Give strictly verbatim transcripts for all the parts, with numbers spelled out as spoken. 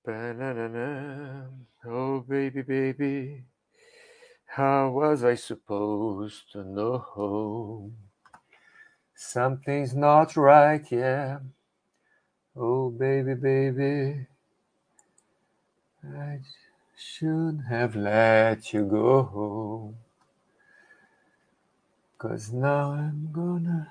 Ba-na-na-na. Oh, baby, baby, how was I supposed to know? Something's not right, yeah. Oh, baby, baby, I should have let you go. 'Cause now I'm gonna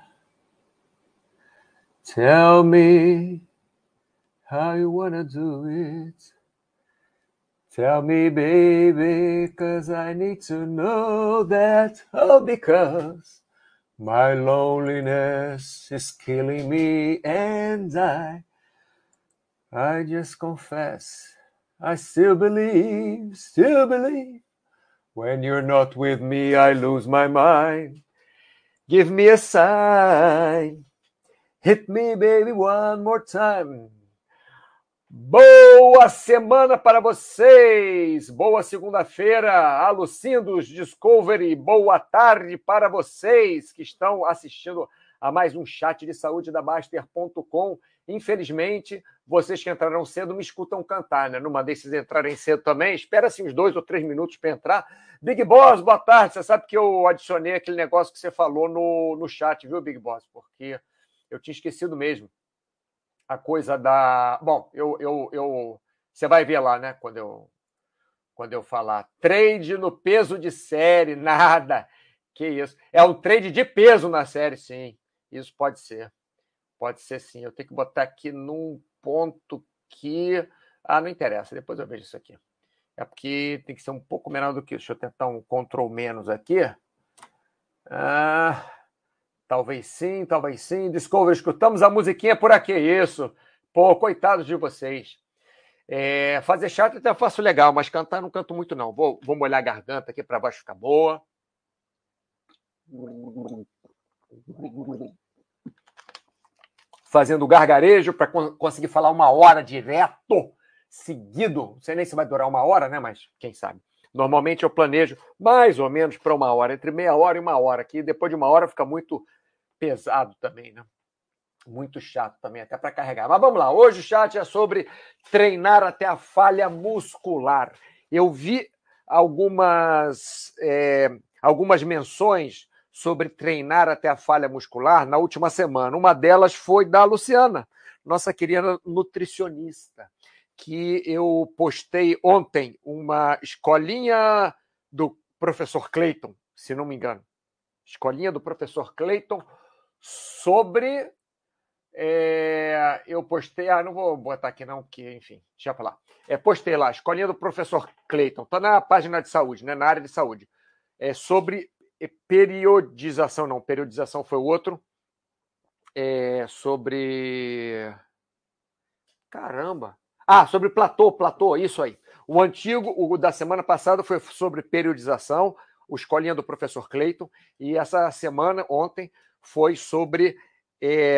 tell me how you wanna do it. Tell me, baby, 'cause I need to know that. Oh, because my loneliness is killing me, and I, I just confess, I still believe, still believe. When you're not with me, I lose my mind. Give me a sign. Hit me, baby, one more time. Boa semana para vocês! Boa segunda-feira, Alucindos Discovery! Boa tarde para vocês que estão assistindo a mais um chat de saúde da Baster ponto com. Infelizmente, vocês que entraram cedo me escutam cantar, né? Não mandei vocês entrarem cedo também. Espera-se uns dois ou três minutos para entrar. Big Boss, boa tarde. Você sabe que eu adicionei aquele negócio que você falou no, no chat, viu, Big Boss? Porque eu tinha esquecido mesmo. A coisa da... Bom, eu, eu, eu... você vai ver lá, né? Quando eu, quando eu falar. Trade no peso de série, nada. Que isso. É um trade de peso na série, sim. Isso pode ser. Pode ser, sim. Eu tenho que botar aqui num ponto que... Ah, não interessa. Depois eu vejo isso aqui. É porque tem que ser um pouco menor do que isso. Deixa eu tentar um Ctrl menos aqui. Ah... Talvez sim, talvez sim. Discovery, escutamos a musiquinha por aqui, isso. Pô, coitados de vocês. É, fazer chat até eu faço legal, mas cantar não canto muito, não. Vou, vou molhar a garganta aqui para baixo ficar boa. Fazendo gargarejo para conseguir falar uma hora direto, seguido. Não sei nem se vai durar uma hora, né? Mas quem sabe. Normalmente eu planejo mais ou menos para uma hora, entre meia hora e uma hora, que depois de uma hora fica muito pesado também, né? Muito chato também, até para carregar. Mas vamos lá, hoje o chat é sobre treinar até a falha muscular. Eu vi algumas, é, algumas menções sobre treinar até a falha muscular na última semana. Uma delas foi da Luciana, nossa querida nutricionista, que eu postei ontem uma escolinha do professor Clayton, se não me engano. Escolinha do professor Clayton sobre... É, eu postei, ah, não vou botar aqui não, que enfim, deixa eu falar. É, postei lá, escolinha do professor Clayton, está na página de saúde, né, na área de saúde. É sobre periodização, não, periodização foi o outro. É sobre... Caramba! Ah, sobre platô, platô, isso aí. O antigo, o da semana passada foi sobre periodização, o escolinha do professor Clayton, e essa semana, ontem, foi sobre... É,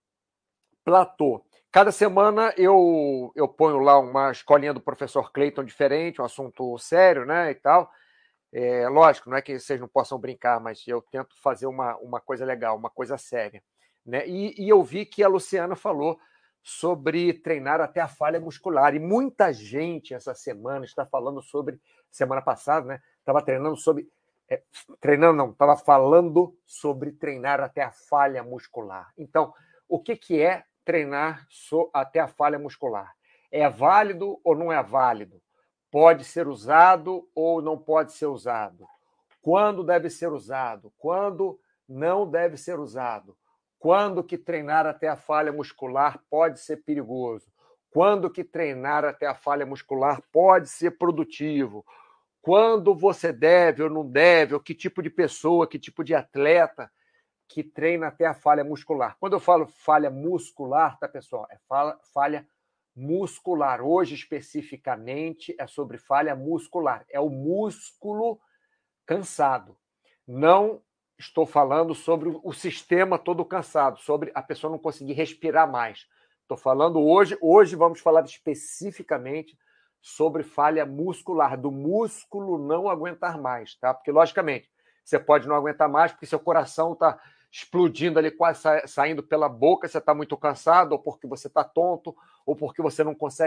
platô. Cada semana eu, eu ponho lá uma escolinha do professor Clayton diferente, um assunto sério, né, e tal. É, lógico, não é que vocês não possam brincar, mas eu tento fazer uma, uma coisa legal, uma coisa séria. Né? E, e eu vi que a Luciana falou sobre treinar até a falha muscular. E muita gente essa semana está falando sobre, semana passada, né? Estava treinando sobre... É, treinando não, estava falando sobre treinar até a falha muscular. Então, o que, que é treinar até a falha muscular? É válido ou não é válido? Pode ser usado ou não pode ser usado? Quando deve ser usado? Quando não deve ser usado? Quando que treinar até a falha muscular pode ser perigoso? Quando que treinar até a falha muscular pode ser produtivo? Quando você deve ou não deve? Ou que tipo de pessoa, que tipo de atleta que treina até a falha muscular? Quando eu falo falha muscular, tá, pessoal? É falha muscular. Hoje, especificamente, é sobre falha muscular. É o músculo cansado. Não estou falando sobre o sistema todo cansado, sobre a pessoa não conseguir respirar mais. Estou falando hoje, hoje vamos falar especificamente sobre falha muscular, do músculo não aguentar mais, tá? Porque, logicamente, você pode não aguentar mais porque seu coração está explodindo ali, quase saindo pela boca, você está muito cansado, ou porque você está tonto, ou porque você não consegue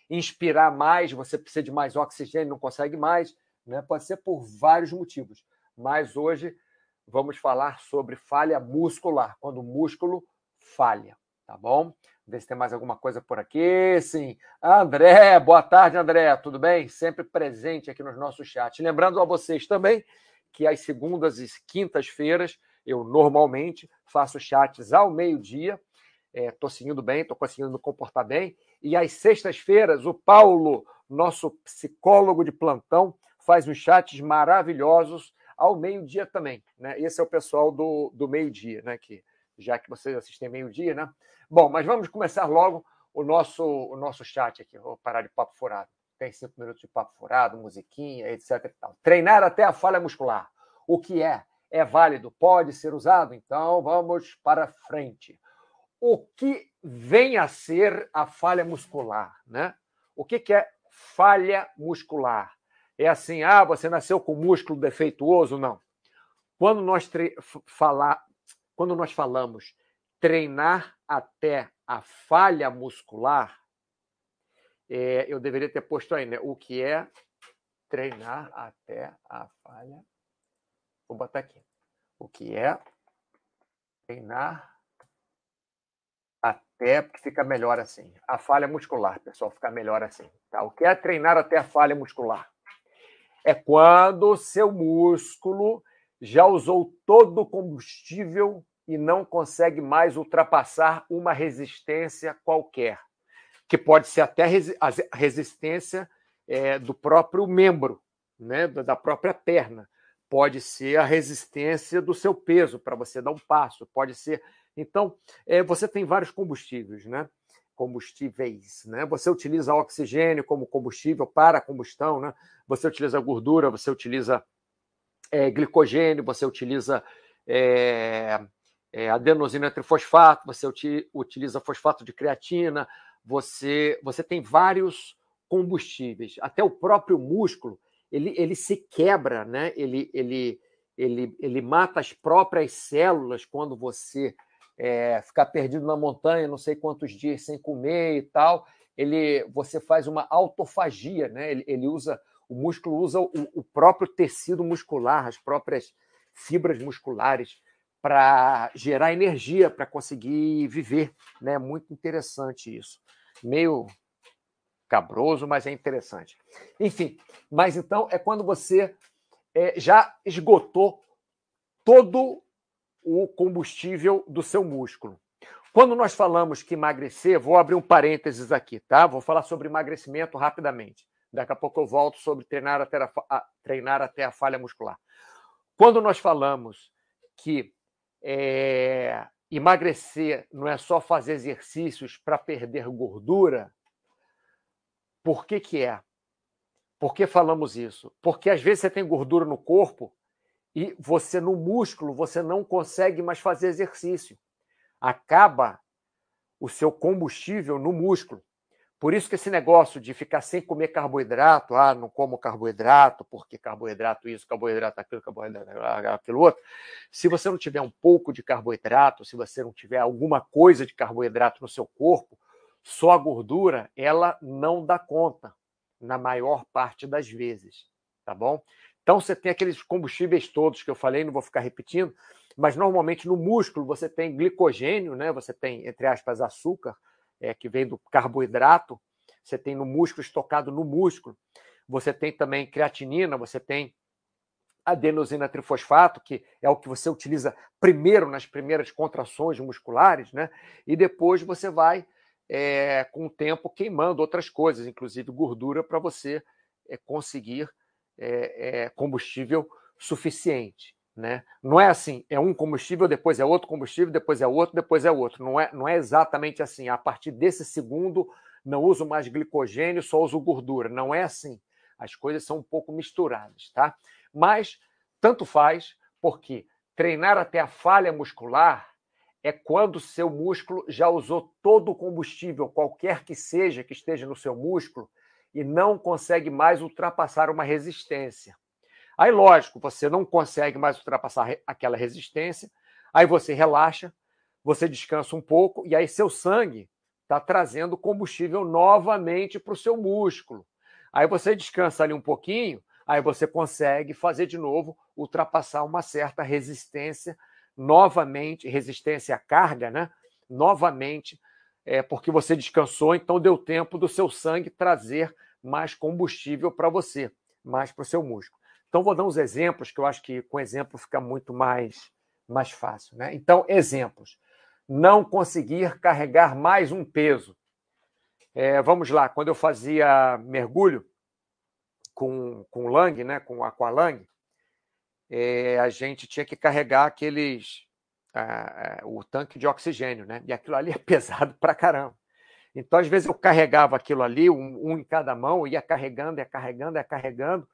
inspirar mais, você precisa de mais oxigênio, não consegue mais, né? Pode ser por vários motivos. Mas hoje vamos falar sobre falha muscular, quando o músculo falha, tá bom? Ver se tem mais alguma coisa por aqui. Sim. André, boa tarde, André. Tudo bem? Sempre presente aqui nos nossos chats. Lembrando a vocês também que às segundas e quintas-feiras eu normalmente faço chats ao meio-dia. Estou é, seguindo bem, estou conseguindo me comportar bem. E às sextas-feiras, o Paulo, nosso psicólogo de plantão, faz uns chats maravilhosos ao meio-dia também, né? Esse é o pessoal do, do meio-dia, né? Que, já que vocês assistem meio-dia, né? Bom, mas vamos começar logo o nosso, o nosso chat aqui. Vou parar de papo furado. Tem cinco minutos de papo furado, musiquinha, etc e tal. Treinar até a falha muscular. O que é? É válido? Pode ser usado? Então, vamos para frente. O que vem a ser a falha muscular, né? O que, que é falha muscular? É assim, ah, você nasceu com músculo defeituoso? Não. Quando nós, tre... falar... Quando nós falamos treinar até a falha muscular, é... eu deveria ter posto aí, né? O que é treinar até a falha... Vou botar aqui. O que é treinar até, porque fica melhor assim. A falha muscular, pessoal, fica melhor assim. Tá? O que é treinar até a falha muscular? É quando o seu músculo já usou todo o combustível e não consegue mais ultrapassar uma resistência qualquer, que pode ser até a resistência é, do próprio membro, né? Da própria perna. Pode ser a resistência do seu peso para você dar um passo, pode ser... Então, é, você tem vários combustíveis, né? Combustíveis, né? Você utiliza oxigênio como combustível para a combustão, né? Você utiliza gordura, você utiliza é, glicogênio, você utiliza é, é, adenosina trifosfato, você uti, utiliza fosfato de creatina, você, você tem vários combustíveis. Até o próprio músculo, ele, ele se quebra, né? Ele, ele, ele, ele mata as próprias células quando você... É, ficar perdido na montanha, não sei quantos dias sem comer e tal, ele, você faz uma autofagia, né? Ele, ele usa, o músculo usa o, o próprio tecido muscular, as próprias fibras musculares para gerar energia, para conseguir viver, né? Muito interessante isso. Meio cabroso, mas é interessante. Enfim, mas então é quando você é, já esgotou todo o combustível do seu músculo. Quando nós falamos que emagrecer, vou abrir um parênteses aqui, tá? Vou falar sobre emagrecimento rapidamente. Daqui a pouco eu volto sobre treinar até a, a, treinar até a falha muscular. Quando nós falamos que é, emagrecer não é só fazer exercícios para perder gordura, por que que é? Por que falamos isso? Porque às vezes você tem gordura no corpo e você, no músculo, você não consegue mais fazer exercício. Acaba o seu combustível no músculo. Por isso que esse negócio de ficar sem comer carboidrato, ah, não como carboidrato, porque carboidrato isso, carboidrato aquilo, carboidrato aquilo outro. Se você não tiver um pouco de carboidrato, se você não tiver alguma coisa de carboidrato no seu corpo, só a gordura, ela não dá conta, na maior parte das vezes, tá bom? Então, você tem aqueles combustíveis todos que eu falei, não vou ficar repetindo, mas normalmente no músculo você tem glicogênio, né? Você tem, entre aspas, açúcar, é, que vem do carboidrato, você tem no músculo, estocado no músculo, você tem também creatinina, você tem adenosina trifosfato, que é o que você utiliza primeiro nas primeiras contrações musculares, né? E depois você vai, é, com o tempo, queimando outras coisas, inclusive gordura, para você é, conseguir é, é, combustível suficiente, né? Não é assim, é um combustível, depois é outro combustível, depois é outro, depois é outro. Não é, não é exatamente assim. A partir desse segundo, não uso mais glicogênio, só uso gordura. Não é assim. As coisas são um pouco misturadas, tá? Mas tanto faz, porque treinar até a falha muscular é quando o seu músculo já usou todo o combustível, qualquer que seja que esteja no seu músculo, e não consegue mais ultrapassar uma resistência. Aí, lógico, você não consegue mais ultrapassar aquela resistência, aí você relaxa, você descansa um pouco, e aí seu sangue está trazendo combustível novamente para o seu músculo. Aí você descansa ali um pouquinho, aí você consegue fazer de novo, ultrapassar uma certa resistência novamente, resistência à carga, né? Novamente, é, porque você descansou, então deu tempo do seu sangue trazer mais combustível para você, mais para o seu músculo. Então, vou dar uns exemplos, que eu acho que com exemplo fica muito mais, mais fácil, né? Então, exemplos. Não conseguir carregar mais um peso. É, vamos lá, quando eu fazia mergulho com, com Lang, né, com Aqualang, é, a gente tinha que carregar aqueles ah, o tanque de oxigênio, né? E aquilo ali é pesado pra caramba. Então, às vezes, eu carregava aquilo ali, um, um em cada mão, ia carregando, ia carregando, ia carregando,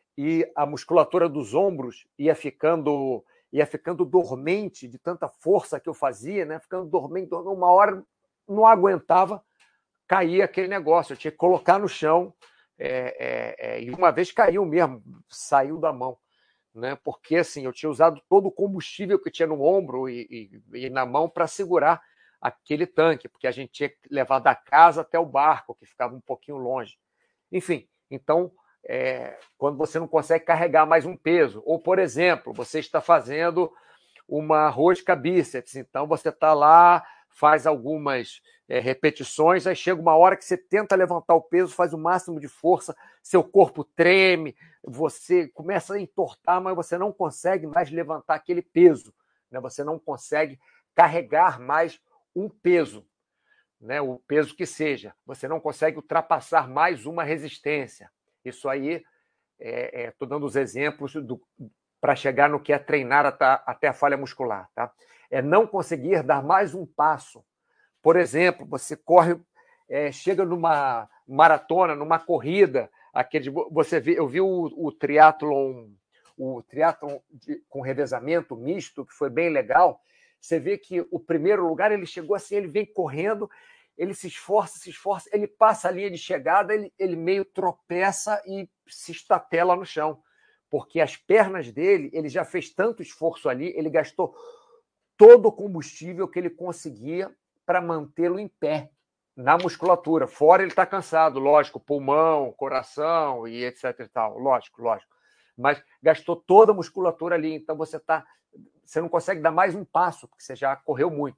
e a musculatura dos ombros ia ficando ia ficando dormente de tanta força que eu fazia, né? Ficando dormente, dormente, uma hora não aguentava, caía aquele negócio, eu tinha que colocar no chão, é, é, é, e uma vez caiu mesmo, saiu da mão, né? Porque assim, eu tinha usado todo o combustível que tinha no ombro e, e, e na mão para segurar aquele tanque, porque a gente tinha que levar da casa até o barco, que ficava um pouquinho longe. Enfim, então, é, quando você não consegue carregar mais um peso, ou, por exemplo, você está fazendo uma rosca bíceps, então você está lá, faz algumas é, repetições, aí chega uma hora que você tenta levantar o peso, faz o máximo de força, seu corpo treme, você começa a entortar, mas você não consegue mais levantar aquele peso, né? Você não consegue carregar mais um peso, né? O peso que seja, você não consegue ultrapassar mais uma resistência. Isso aí, estou é, é, dando os exemplos para chegar no que é treinar até, até a falha muscular. Tá? É não conseguir dar mais um passo. Por exemplo, você corre, é, chega numa maratona, numa corrida, aquele, você vê, eu vi o, o triatlon, o triatlon de, com revezamento misto, que foi bem legal. Você vê que o primeiro lugar ele chegou assim, ele vem correndo, ele se esforça, se esforça, ele passa a linha de chegada, ele, ele meio tropeça e se estatela no chão, porque as pernas dele, ele já fez tanto esforço ali, ele gastou todo o combustível que ele conseguia para mantê-lo em pé, na musculatura. Fora ele está cansado, lógico, pulmão, coração e etc e tal, lógico, lógico. Mas gastou toda a musculatura ali, então você tá, você não consegue dar mais um passo, porque você já correu muito.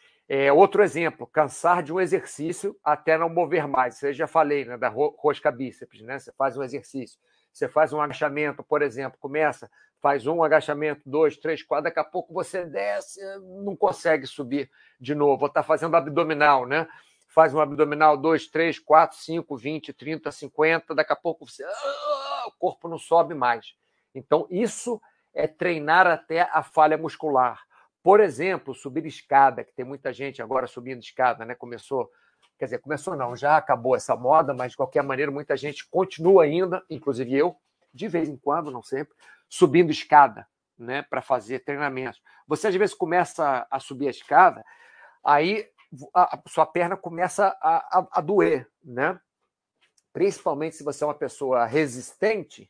É, outro exemplo, cansar de um exercício até não mover mais. Isso eu já falei, né, da rosca bíceps, né? Você faz um exercício, você faz um agachamento, por exemplo, começa, faz um agachamento, dois, três, quatro, daqui a pouco você desce, não consegue subir de novo. Ou está fazendo abdominal, né? Faz um abdominal, dois, três, quatro, cinco, vinte, trinta, cinquenta, daqui a pouco você, o corpo não sobe mais. Então, isso é treinar até a falha muscular. Por exemplo, subir escada, que tem muita gente agora subindo escada, né? Começou, quer dizer, começou não, já acabou essa moda, mas de qualquer maneira muita gente continua ainda, inclusive eu, de vez em quando, não sempre, subindo escada, né? Para fazer treinamentos. Você às vezes começa a subir a escada, aí a, a sua perna começa a, a, a doer, né? Principalmente se você é uma pessoa resistente,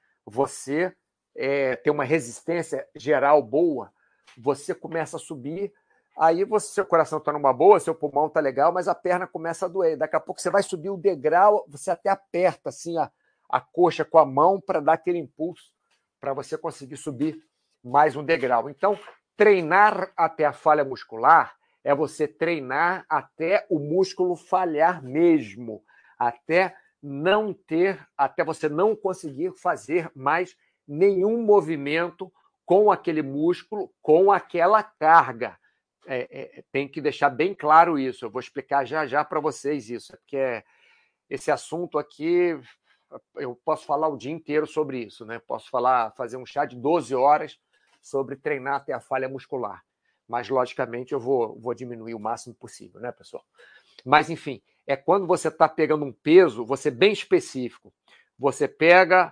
você é, tem uma resistência geral boa, você começa a subir, aí você, seu coração está numa boa, seu pulmão está legal, mas a perna começa a doer. Daqui a pouco você vai subir o degrau, você até aperta assim a, a coxa com a mão para dar aquele impulso para você conseguir subir mais um degrau. Então, treinar até a falha muscular é você treinar até o músculo falhar mesmo, até não ter, até você não conseguir fazer mais nenhum movimento com aquele músculo, com aquela carga. É, é, tem que deixar bem claro isso. Eu vou explicar já já para vocês isso, porque esse assunto aqui, eu posso falar o dia inteiro sobre isso, né? Posso falar, fazer um chá de doze horas sobre treinar até a falha muscular. Mas, logicamente, eu vou, vou diminuir o máximo possível, né, pessoal? Mas, enfim, é quando você está pegando um peso, você bem específico. Você pega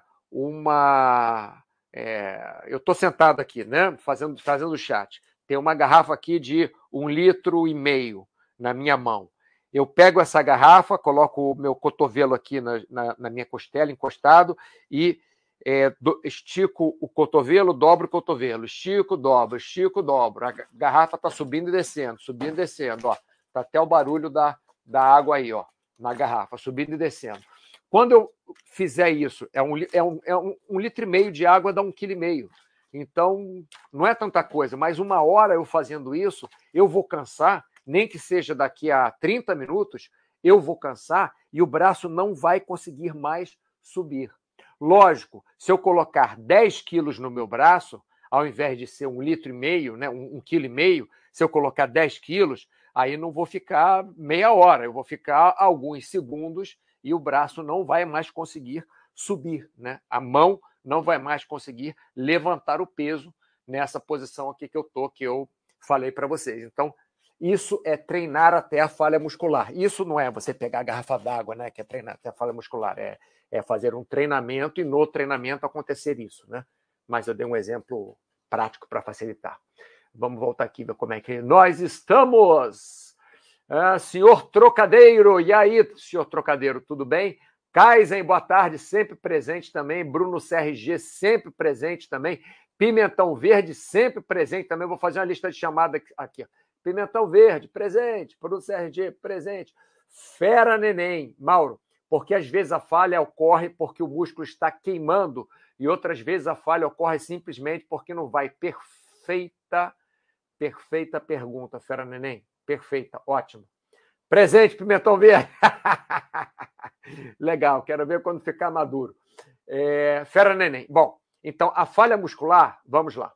uma... É, eu estou sentado aqui, né, fazendo, fazendo o chat. Tem uma garrafa aqui de um litro e meio na minha mão. Eu pego essa garrafa, coloco o meu cotovelo aqui na, na, na minha costela, encostado, e é, do, estico o cotovelo, dobro o cotovelo, estico, dobro, estico, dobro. A garrafa está subindo e descendo, subindo e descendo. Ó, tá até o barulho da, da água aí, ó, na garrafa, subindo e descendo. Quando eu fizer isso, é um, é um, é um, um litro e meio de água dá um quilo e meio. Então, não é tanta coisa, mas uma hora eu fazendo isso, eu vou cansar, nem que seja daqui a trinta minutos, eu vou cansar e o braço não vai conseguir mais subir. Lógico, se eu colocar dez quilos no meu braço, ao invés de ser um litro e meio, né, um, um quilo e meio, se eu colocar dez quilos, aí não vou ficar meia hora, eu vou ficar alguns segundos e o braço não vai mais conseguir subir, né? A mão não vai mais conseguir levantar o peso nessa posição aqui que eu tô, que eu falei para vocês. Então, isso é treinar até a falha muscular. Isso não é você pegar a garrafa d'água, né, que é treinar até a falha muscular, é, é fazer um treinamento e no treinamento acontecer isso, né? Mas eu dei um exemplo prático para facilitar. Vamos voltar aqui ver como é que nós estamos. Ah, senhor Trocadeiro, e aí, senhor Trocadeiro, tudo bem? Kaizen, boa tarde, sempre presente também. Bruno C R G, sempre presente também. Pimentão Verde, sempre presente também. Vou fazer uma lista de chamada aqui. Pimentão Verde, presente. Bruno C R G, presente. Fera Neném, Mauro, porque às vezes a falha ocorre porque o músculo está queimando e outras vezes a falha ocorre simplesmente porque não vai. Perfeita, perfeita pergunta, Fera Neném. Perfeita, ótimo. Presente, Pimentão Verde. Legal, quero ver quando ficar maduro. É, Fera Neném. Bom, então, a falha muscular, vamos lá.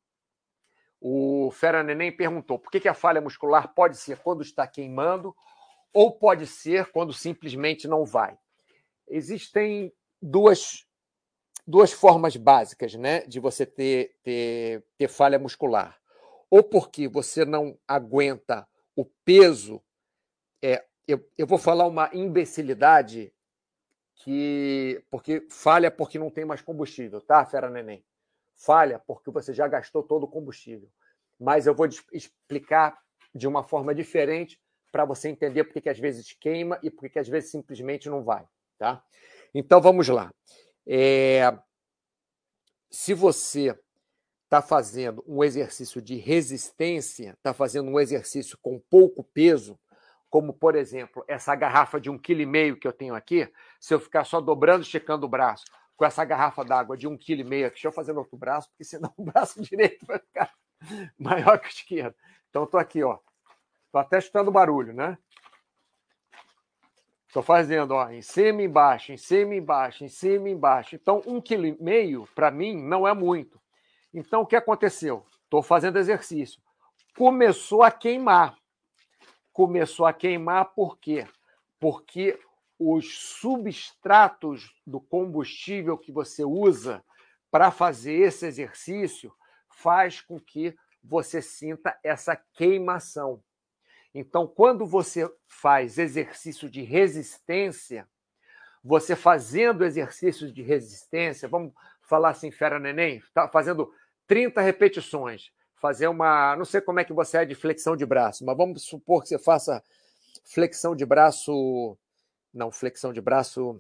O Fera Neném perguntou por que, que a falha muscular pode ser quando está queimando ou pode ser quando simplesmente não vai. Existem duas, duas formas básicas, né, de você ter, ter, ter falha muscular. Ou porque você não aguenta o peso. É, eu, eu vou falar uma imbecilidade que porque falha porque não tem mais combustível, tá, Fera Neném? Falha porque você já gastou todo o combustível. Mas eu vou explicar de uma forma diferente para você entender por que às vezes queima e por que às vezes simplesmente não vai, tá? Então vamos lá. É... Se você está fazendo um exercício de resistência, está fazendo um exercício com pouco peso, como, por exemplo, essa garrafa de um quilo e meio que eu tenho aqui, se eu ficar só dobrando, esticando o braço, com essa garrafa d'água de um quilo e meio aqui, deixa eu fazer no outro braço, porque senão o braço direito vai ficar maior que o esquerdo. Então, estou aqui, ó. Estou até escutando barulho, né? Estou fazendo, ó, em cima e embaixo, em cima e embaixo, em cima e embaixo. Então, um quilo e meio, para mim, não é muito. Então, o que aconteceu? Estou fazendo exercício. Começou a queimar. Começou a queimar por quê? Porque os substratos do combustível que você usa para fazer esse exercício faz com que você sinta essa queimação. Então, quando você faz exercício de resistência, você fazendo exercícios de resistência, vamos falar assim, Fera Neném, tá fazendo trinta repetições, fazer uma, não sei como é que você é de flexão de braço, mas vamos supor que você faça flexão de braço, não, flexão de braço,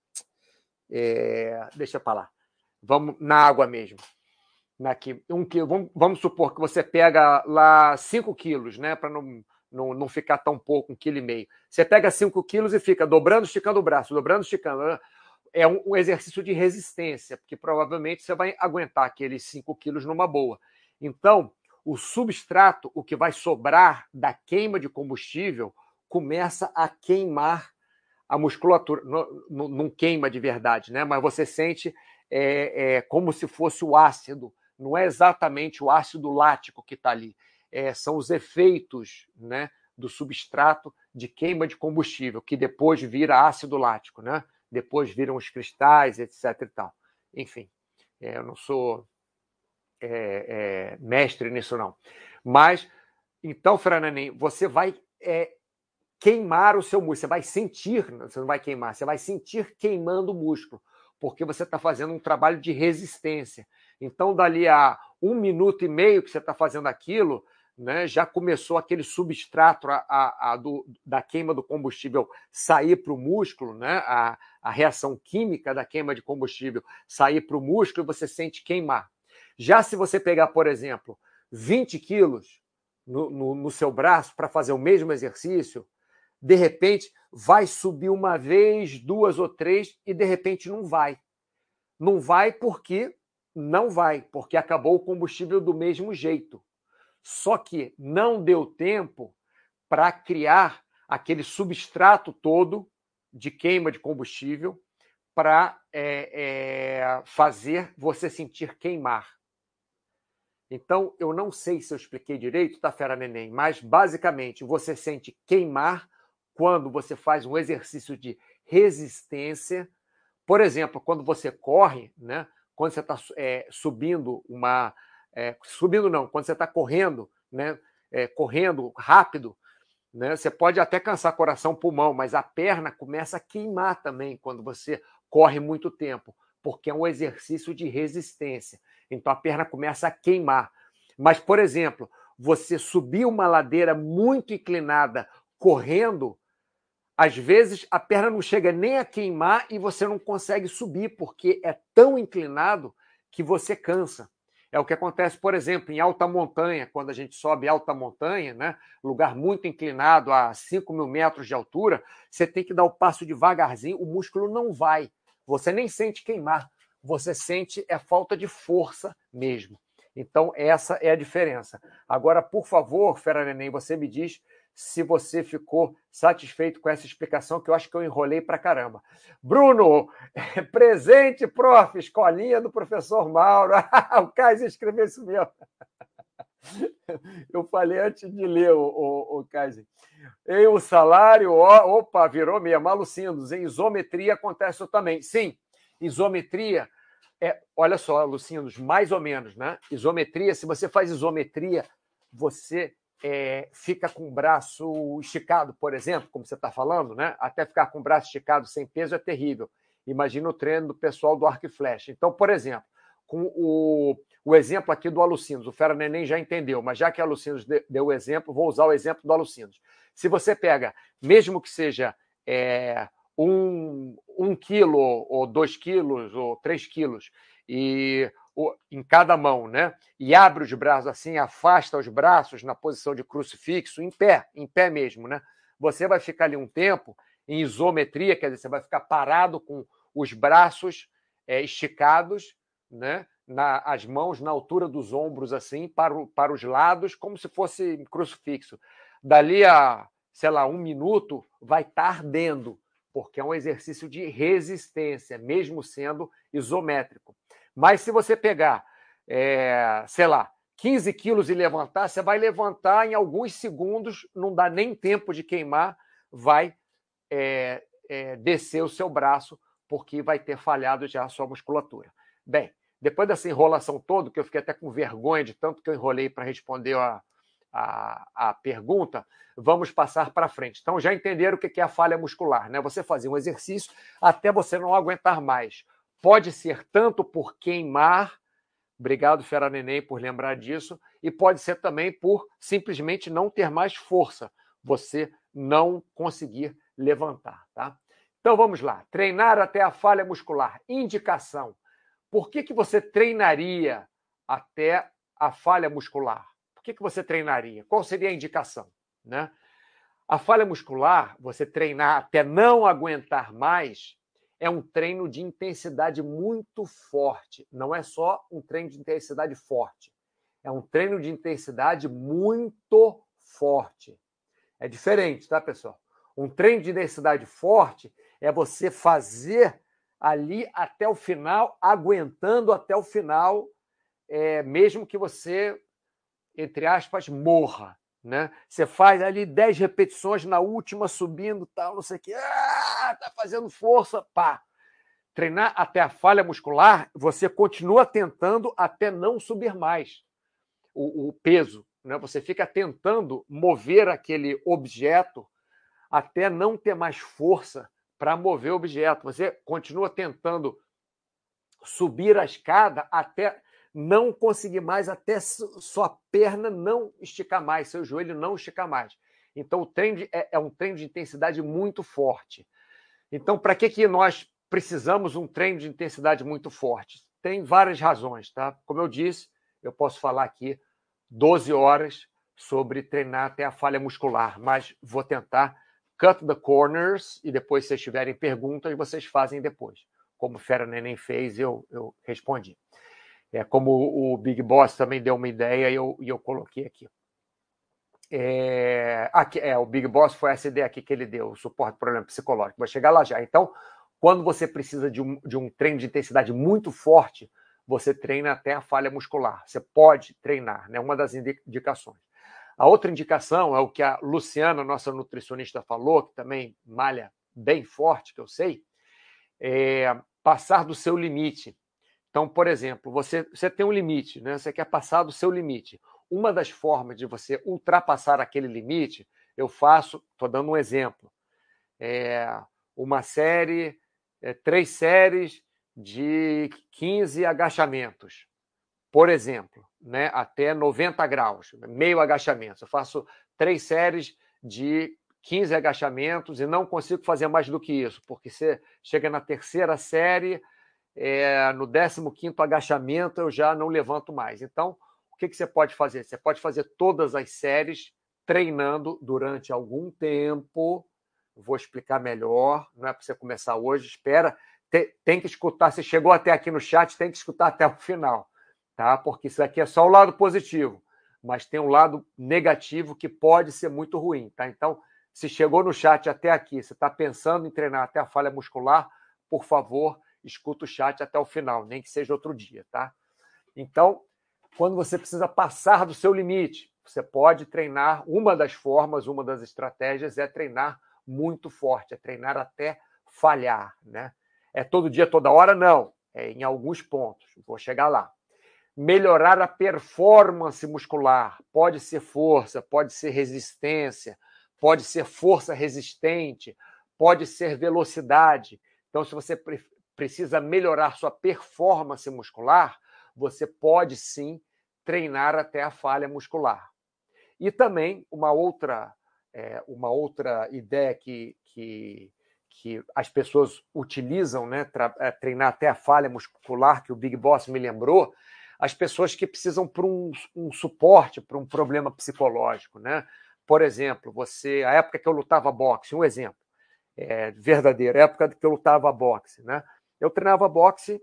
é, deixa para lá, vamos na água mesmo, aqui, um quilo, vamos, vamos supor que você pega lá cinco quilos, né, para não, não, não ficar tão pouco, um quilo e meio, você pega cinco quilos e fica dobrando, esticando o braço, dobrando, esticando, é um, um exercício de resistência, porque provavelmente você vai aguentar aqueles cinco quilos numa boa. Então, o substrato, o que vai sobrar da queima de combustível, começa a queimar a musculatura. Não, não queima de verdade, né? Mas você sente é, é, como se fosse o ácido. Não é exatamente o ácido lático que está ali. É, são os efeitos, né, do substrato de queima de combustível, que depois vira ácido lático, né? Depois viram os cristais, etc e tal. Enfim, é, eu não sou é, é, mestre nisso, não. Mas, então, Fernandinho, você vai é, queimar o seu músculo, você vai sentir, você não vai queimar, você vai sentir queimando o músculo, porque você está fazendo um trabalho de resistência. Então, dali a um minuto e meio que você está fazendo aquilo, né, já começou aquele substrato a, a, a do, da queima do combustível sair para o músculo, né, a, a reação química da queima de combustível sair para o músculo e você sente queimar. Já se você pegar, por exemplo, vinte quilos no, no, no seu braço para fazer o mesmo exercício, de repente, vai subir uma vez, duas ou três, e de repente não vai. Não vai porque não vai, porque acabou o combustível do mesmo jeito. Só que não deu tempo para criar aquele substrato todo de queima de combustível para é, é, fazer você sentir queimar. Então, eu não sei se eu expliquei direito, tá, Fera Neném? Mas, basicamente, você sente queimar quando você faz um exercício de resistência. Por exemplo, quando você corre, né? Quando você está é, subindo uma... É, subindo não, quando você está correndo, né? É, correndo rápido, né? Você pode até cansar coração, pulmão, mas a perna começa a queimar também quando você corre muito tempo, porque é um exercício de resistência. Então a perna começa a queimar. Mas, por exemplo, você subir uma ladeira muito inclinada correndo, às vezes a perna não chega nem a queimar e você não consegue subir, porque é tão inclinado que você cansa. É o que acontece, por exemplo, em alta montanha, quando a gente sobe alta montanha, né, lugar muito inclinado, a cinco mil metros de altura, você tem que dar o passo devagarzinho, o músculo não vai. Você nem sente queimar, você sente é falta de força mesmo. Então, essa é a diferença. Agora, por favor, Fera Neném, você me diz se você ficou satisfeito com essa explicação, que eu acho que eu enrolei pra caramba. Bruno, presente, prof, escolinha do professor Mauro. O Kaiser escreveu isso mesmo. Eu falei antes de ler, o, o, o Kaiser. Em o salário, ó, opa, virou mesmo, Lucindos. Em isometria acontece isso também. Sim, isometria, é, olha só, Lucindos, mais ou menos, né? Isometria, se você faz isometria, você é, fica com o braço esticado, por exemplo, como você está falando, né? Até ficar com o braço esticado sem peso é terrível. Imagina o treino do pessoal do arco e flecha. Então, por exemplo, com o, o exemplo aqui do Alucinos, o Fera Neném já entendeu, mas já que a Alucinos deu o exemplo, vou usar o exemplo do Alucinos. Se você pega, mesmo que seja é, um, um quilo, ou dois quilos, ou três quilos, e em cada mão, né? E abre os braços assim, afasta os braços na posição de crucifixo, em pé, em pé mesmo, né? Você vai ficar ali um tempo em isometria, quer dizer, você vai ficar parado com os braços é, esticados, né? Na, as mãos na altura dos ombros, assim, para, o, para os lados, como se fosse crucifixo. Dali a, sei lá, um minuto, vai estar ardendo, porque é um exercício de resistência, mesmo sendo isométrico. Mas se você pegar, é, sei lá, quinze quilos e levantar, você vai levantar em alguns segundos, não dá nem tempo de queimar, vai é, é, descer o seu braço, porque vai ter falhado já a sua musculatura. Bem, depois dessa enrolação toda, que eu fiquei até com vergonha de tanto que eu enrolei para responder a, a, a pergunta, vamos passar para frente. Então, já entenderam o que é a falha muscular, né? Você fazer um exercício até você não aguentar mais. Pode ser tanto por queimar, obrigado, Fera Neném, por lembrar disso, e pode ser também por simplesmente não ter mais força, você não conseguir levantar, tá? Então vamos lá, treinar até a falha muscular. Indicação. Por que, que você treinaria até a falha muscular? Por que, que você treinaria? Qual seria a indicação, né? A falha muscular, você treinar até não aguentar mais, é um treino de intensidade muito forte. Não é só um treino de intensidade forte. É um treino de intensidade muito forte. É diferente, tá, pessoal? Um treino de intensidade forte é você fazer ali até o final, aguentando até o final, é, mesmo que você, entre aspas, morra. Né? Você faz ali dez repetições na última, subindo, tal, não sei o quê. Ah, tá fazendo força, pá. Treinar até a falha muscular, você continua tentando até não subir mais o, o peso. Né? Você fica tentando mover aquele objeto até não ter mais força para mover o objeto. Você continua tentando subir a escada até não conseguir mais, até sua perna não esticar mais, seu joelho não esticar mais. Então, o treino de, é, é um treino de intensidade muito forte. Então, para que, que nós precisamos um treino de intensidade muito forte? Tem várias razões, tá? Como eu disse, eu posso falar aqui doze horas sobre treinar até a falha muscular, mas vou tentar cut the corners e depois, se vocês tiverem perguntas, vocês fazem depois. Como o Fera Neném fez, eu, eu respondi. É, como o Big Boss também deu uma ideia e eu, eu coloquei aqui. É, aqui. É, o Big Boss foi essa ideia aqui que ele deu, o suporte para problema psicológico. Vai chegar lá já. Então, quando você precisa de um, de um treino de intensidade muito forte, você treina até a falha muscular. Você pode treinar, né? Uma das indicações. A outra indicação é o que a Luciana, nossa nutricionista, falou, que também malha bem forte, que eu sei, é passar do seu limite. Então, por exemplo, você, você tem um limite, né? Você quer passar do seu limite. Uma das formas de você ultrapassar aquele limite, eu faço, estou dando um exemplo, é uma série, é, três séries de quinze agachamentos, por exemplo, né? Até noventa graus, meio agachamento. Eu faço três séries de quinze agachamentos e não consigo fazer mais do que isso, porque você chega na terceira série, é, no décimo quinto agachamento, eu já não levanto mais. Então, o que, que você pode fazer? Você pode fazer todas as séries treinando durante algum tempo. Vou explicar melhor, não é para você começar hoje, espera. Tem, tem que escutar, você chegou até aqui no chat, tem que escutar até o final, tá? Porque isso aqui é só o lado positivo, mas tem um lado negativo que pode ser muito ruim, tá? Então, se chegou no chat até aqui, você está pensando em treinar até a falha muscular, por favor, escuta o chat até o final, nem que seja outro dia, tá? Então, quando você precisa passar do seu limite, você pode treinar, uma das formas, uma das estratégias é treinar muito forte, é treinar até falhar, né? É todo dia, toda hora? Não. É em alguns pontos. Vou chegar lá. Melhorar a performance muscular. Pode ser força, pode ser resistência, pode ser força resistente, pode ser velocidade. Então, se você pre- precisa melhorar sua performance muscular, você pode sim treinar até a falha muscular. E também uma outra, é, uma outra ideia que, que, que as pessoas utilizam, né, tra- é, treinar até a falha muscular, que o Big Boss me lembrou, as pessoas que precisam para um, um suporte para um problema psicológico, né? Por exemplo, você, a época que eu lutava boxe, um exemplo, é, verdadeiro, a época que eu lutava boxe, né? Eu treinava boxe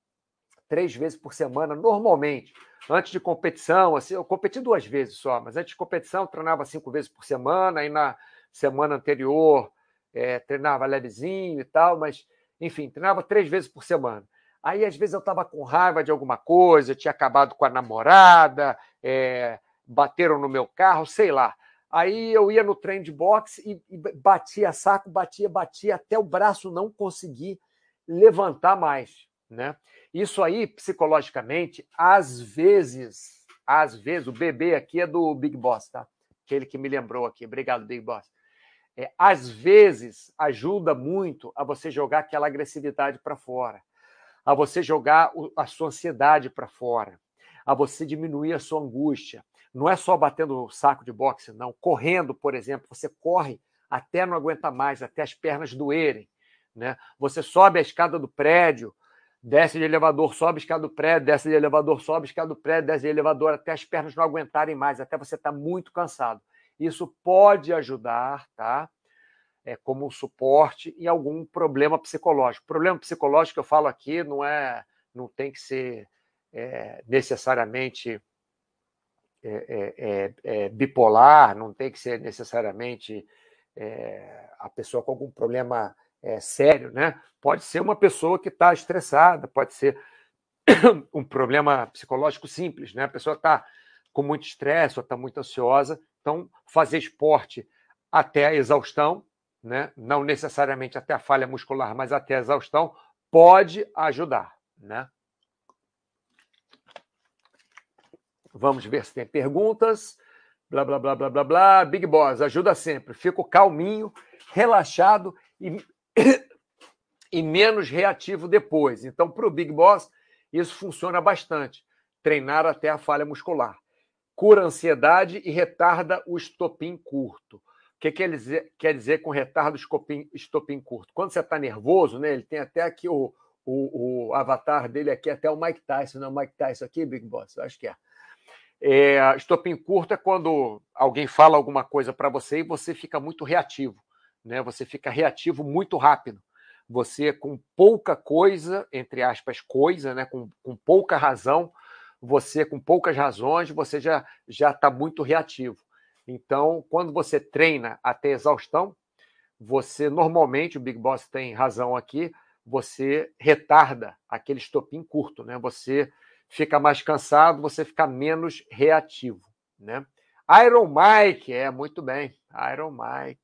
três vezes por semana, normalmente. Antes de competição, assim, eu competi duas vezes só, mas antes de competição eu treinava cinco vezes por semana, aí na semana anterior é, treinava levezinho e tal, mas, enfim, treinava três vezes por semana. Aí, às vezes, eu estava com raiva de alguma coisa, eu tinha acabado com a namorada, é, bateram no meu carro, sei lá. Aí eu ia no treino de boxe e, e batia saco, batia, batia, até o braço não conseguir levantar mais, né? Isso aí, psicologicamente, às vezes, às vezes, o bebê aqui é do Big Boss, tá? Aquele que me lembrou aqui. Obrigado, Big Boss. É, às vezes, ajuda muito a você jogar aquela agressividade para fora, a você jogar a sua ansiedade para fora, a você diminuir a sua angústia. Não é só batendo o saco de boxe, não. Correndo, por exemplo, você corre até não aguentar mais, até as pernas doerem, né? Você sobe a escada do prédio, desce de elevador, sobe a escada do prédio, desce de elevador, sobe a escada do prédio, desce de elevador, até as pernas não aguentarem mais, até você estar muito cansado. Isso pode ajudar, tá? É, como um suporte em algum problema psicológico. Problema psicológico que eu falo aqui não é, não tem que ser é, necessariamente é, é, é, bipolar, não tem que ser necessariamente é, a pessoa com algum problema é, sério, né? Pode ser uma pessoa que está estressada, pode ser um problema psicológico simples, né? A pessoa está com muito estresse ou está muito ansiosa, então fazer esporte até a exaustão, né? Não necessariamente até a falha muscular, mas até a exaustão, pode ajudar, né? Vamos ver se tem perguntas. Blá, blá, blá, blá, blá, blá. Big Boss, ajuda sempre. Fico calminho, relaxado e, e menos reativo depois. Então, para o Big Boss, isso funciona bastante. Treinar até a falha muscular. Cura a ansiedade e retarda o estopim curto. O que quer dizer, quer dizer com retarda o estopim, estopim curto? Quando você está nervoso, né? Ele tem até aqui o, o, o avatar dele aqui, até o Mike Tyson, não é o Mike Tyson aqui, Big Boss? Eu acho que é. É, estopim curto é quando alguém fala alguma coisa para você e você fica muito reativo, né? Você fica reativo muito rápido. Você, com pouca coisa, entre aspas, coisa, né? com, com pouca razão, você, com poucas razões, você já já está muito reativo. Então, quando você treina até exaustão, você normalmente, o Big Boss tem razão aqui, você retarda aquele estopim curto, né? Você fica mais cansado, você fica menos reativo, né? Iron Mike, é, muito bem. Iron Mike.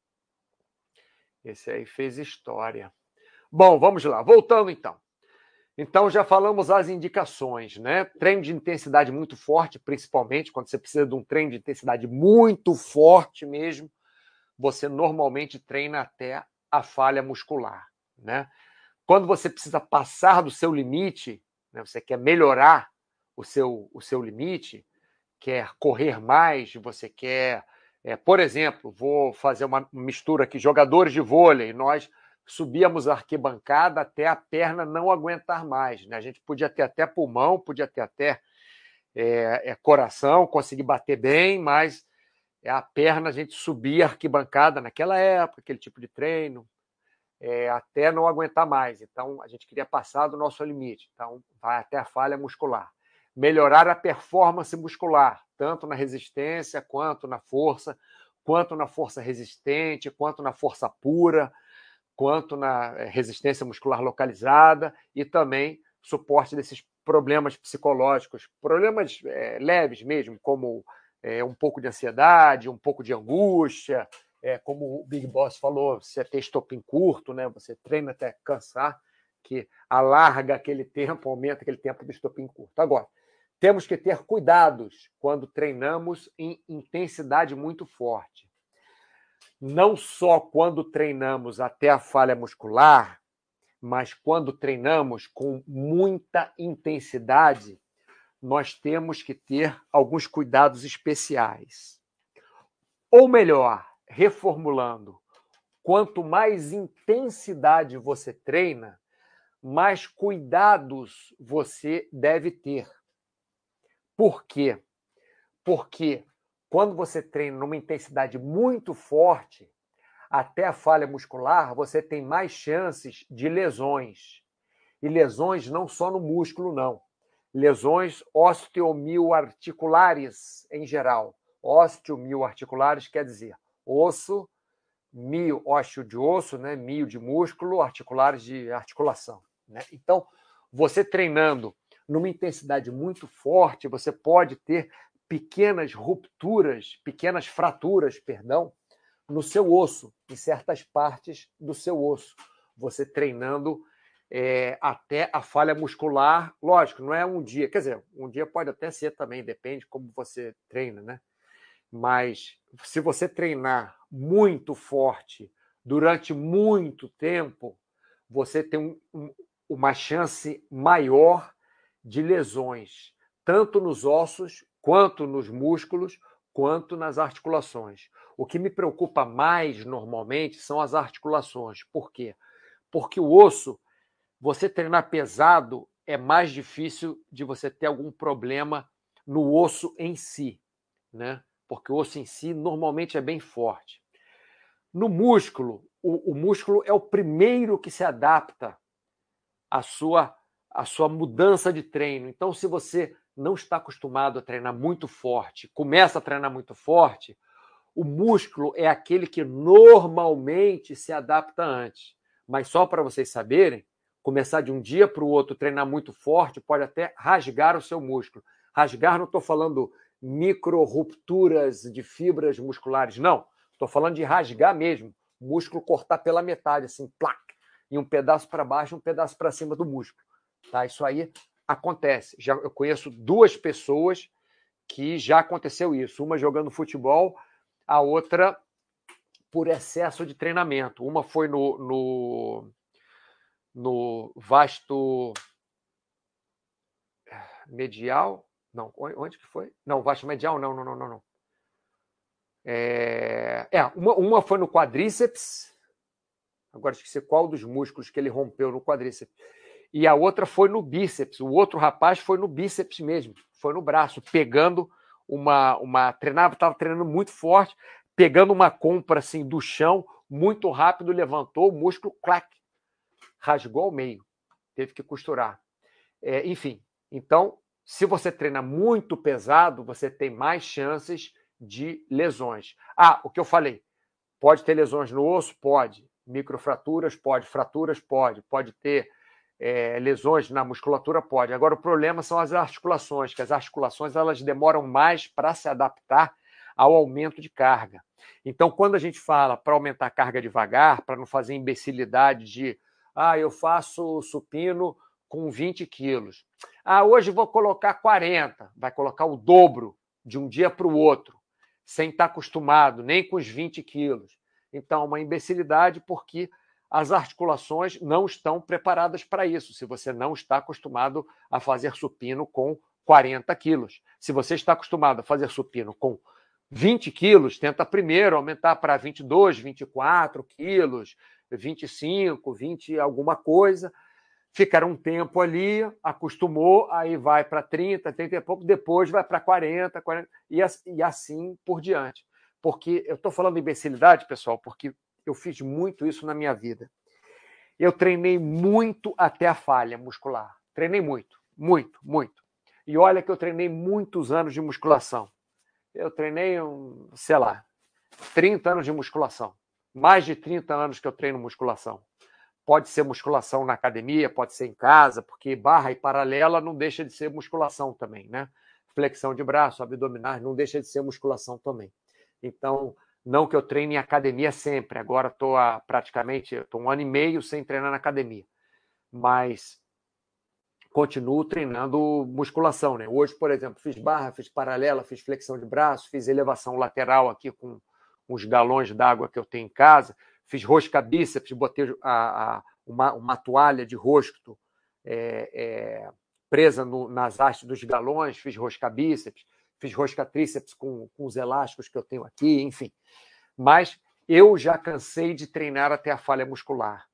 Esse aí fez história. Bom, vamos lá. Voltando, então. Então, já falamos as indicações, né? Treino de intensidade muito forte, principalmente quando você precisa de um treino de intensidade muito forte mesmo, você normalmente treina até a falha muscular, né? Quando você precisa passar do seu limite, né? Você quer melhorar o seu, o seu limite, quer correr mais, você quer... É, por exemplo, vou fazer uma mistura aqui, jogadores de vôlei, nós subíamos a arquibancada até a perna não aguentar mais, né? A gente podia ter até pulmão, podia ter até é, é, coração, conseguir bater bem, mas a perna a gente subia a arquibancada naquela época, aquele tipo de treino, é, até não aguentar mais. Então, a gente queria passar do nosso limite. Então, vai até a falha muscular. Melhorar a performance muscular, tanto na resistência, quanto na força, quanto na força resistente, quanto na força pura, quanto na resistência muscular localizada e também suporte desses problemas psicológicos, problemas é, leves mesmo, como é, um pouco de ansiedade, um pouco de angústia, é, como o Big Boss falou, você tem estopim curto, né? Você treina até cansar, que alarga aquele tempo, aumenta aquele tempo do estopim curto. Agora, temos que ter cuidados quando treinamos em intensidade muito forte. Não só quando treinamos até a falha muscular, mas quando treinamos com muita intensidade, nós temos que ter alguns cuidados especiais. Ou melhor, reformulando, quanto mais intensidade você treina, mais cuidados você deve ter. Por quê? Porque quando você treina numa intensidade muito forte, até a falha muscular, você tem mais chances de lesões. E lesões não só no músculo, não. Lesões osteomioarticulares em geral. Osteomioarticulares quer dizer osso, mio, ósseo de osso, né? Mio de músculo, articulares de articulação. Né? Então, você treinando numa intensidade muito forte, você pode ter pequenas rupturas, pequenas fraturas, perdão, no seu osso, em certas partes do seu osso. Você treinando é, até a falha muscular, lógico, não é um dia, quer dizer, um dia pode até ser também, depende como você treina, né? Mas se você treinar muito forte durante muito tempo, você tem um, um, uma chance maior de lesões, tanto nos ossos, quanto nos músculos, quanto nas articulações. O que me preocupa mais, normalmente, são as articulações. Por quê? Porque o osso, você treinar pesado, é mais difícil de você ter algum problema no osso em si, né? Porque o osso em si, normalmente, é bem forte. No músculo, o, o músculo é o primeiro que se adapta à sua, à sua mudança de treino. Então, se você não está acostumado a treinar muito forte, começa a treinar muito forte, o músculo é aquele que normalmente se adapta antes. Mas só para vocês saberem, começar de um dia para o outro, treinar muito forte, pode até rasgar o seu músculo. Rasgar, não estou falando micro rupturas de fibras musculares, não. Estou falando de rasgar mesmo. O músculo cortar pela metade, assim, plac, e um pedaço para baixo, um pedaço para cima do músculo. Tá? Isso aí acontece. Já, eu conheço duas pessoas que já aconteceu isso. Uma jogando futebol, a outra por excesso de treinamento. Uma foi no, no, no vasto medial. Não, onde que foi? Não, vasto medial, não, não, não, não. não. É, é uma, uma foi no quadríceps. Agora esqueci qual dos músculos que ele rompeu no quadríceps. E a outra foi no bíceps. O outro rapaz foi no bíceps mesmo, foi no braço, pegando uma. uma treinava, estava treinando muito forte, pegando uma compra assim do chão, muito rápido, levantou, o músculo, clac, rasgou ao meio, teve que costurar. É, enfim, então, se você treina muito pesado, você tem mais chances de lesões. Ah, o que eu falei, pode ter lesões no osso? Pode. Microfraturas? Pode. Fraturas? Pode. Pode ter é, lesões na musculatura? Pode. Agora, o problema são as articulações, que as articulações elas demoram mais para se adaptar ao aumento de carga. Então, quando a gente fala para aumentar a carga devagar, para não fazer imbecilidade de ah, eu faço supino com vinte quilos. Ah, hoje vou colocar quarenta. Vai colocar o dobro de um dia para o outro, sem estar acostumado nem com os vinte quilos. Então, uma imbecilidade porque as articulações não estão preparadas para isso, se você não está acostumado a fazer supino com quarenta quilos. Se você está acostumado a fazer supino com vinte quilos, tenta primeiro aumentar para vinte e dois, vinte e quatro quilos, vinte e cinco, vinte alguma coisa, ficar um tempo ali, acostumou, aí vai para trinta, trinta e pouco, depois vai para quarenta, quarenta e assim por diante. Porque eu estou falando de imbecilidade, pessoal, porque eu fiz muito isso na minha vida. Eu treinei muito até a falha muscular. Treinei muito, muito, muito. E olha que eu treinei muitos anos de musculação. Eu treinei, um, sei lá, trinta anos de musculação. Mais de trinta anos que eu treino musculação. Pode ser musculação na academia, pode ser em casa, porque barra e paralela não deixa de ser musculação também, né? Flexão de braço, abdominais, não deixa de ser musculação também. Então, não que eu treine em academia sempre, agora estou praticamente tô um ano e meio sem treinar na academia, mas continuo treinando musculação, né? Hoje, por exemplo, fiz barra, fiz paralela, fiz flexão de braço, fiz elevação lateral aqui com uns galões d'água que eu tenho em casa, fiz rosca bíceps, botei a, a, uma, uma toalha de rosto é, é, presa no, nas hastes dos galões, fiz rosca bíceps, fiz rosca tríceps com, com os elásticos que eu tenho aqui, enfim. Mas eu já cansei de treinar até a falha muscular.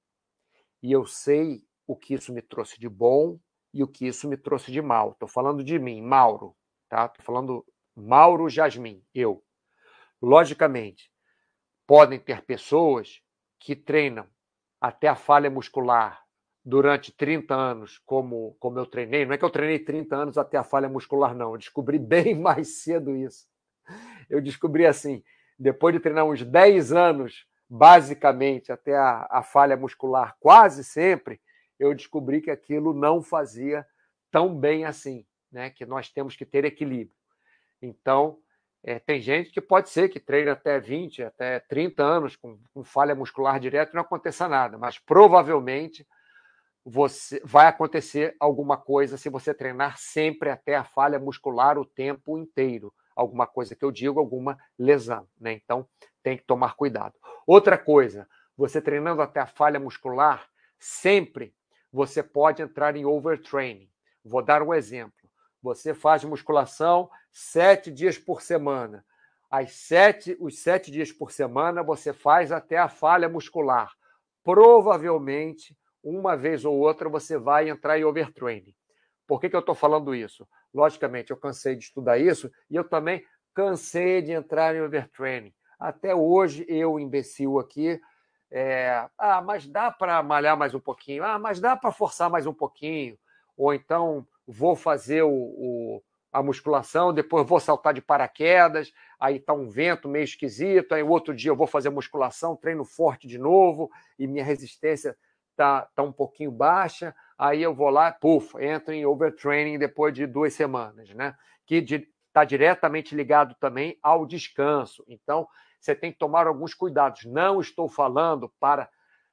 E eu sei o que isso me trouxe de bom e o que isso me trouxe de mal. Estou falando de mim, Mauro. Tá? Estou falando Mauro Jasmin, eu. Logicamente, podem ter pessoas que treinam até a falha muscular durante trinta anos, como, como eu treinei. Não é que eu treinei trinta anos até a falha muscular, não. Eu descobri bem mais cedo isso. Eu descobri assim, depois de treinar uns dez anos, basicamente, até a, a falha muscular quase sempre, eu descobri que aquilo não fazia tão bem assim, né? Que nós temos que ter equilíbrio. Então, é, tem gente que pode ser que treine até vinte, até trinta anos com, com falha muscular direta e não aconteça nada, mas provavelmente você vai acontecer alguma coisa se você treinar sempre até a falha muscular o tempo inteiro. Alguma coisa que eu digo, alguma lesão, né? Então, tem que tomar cuidado. Outra coisa, você treinando até a falha muscular, sempre você pode entrar em overtraining. Vou dar um exemplo. Você faz musculação sete dias por semana. As sete, os sete dias por semana você faz até a falha muscular. Provavelmente, uma vez ou outra, você vai entrar em overtraining. Por que, que eu estou falando isso? Logicamente, eu cansei de estudar isso e eu também cansei de entrar em overtraining. Até hoje, eu, imbecil aqui, é, ah, mas dá para malhar mais um pouquinho, ah, mas dá para forçar mais um pouquinho, ou então vou fazer o, o, a musculação, depois vou saltar de paraquedas, aí está um vento meio esquisito, aí o outro dia eu vou fazer musculação, treino forte de novo e minha resistência está tá um pouquinho baixa, aí eu vou lá, puf, entro em overtraining depois de duas semanas, né? Que está diretamente ligado também ao descanso. Então, você tem que tomar alguns cuidados. Não estou falando para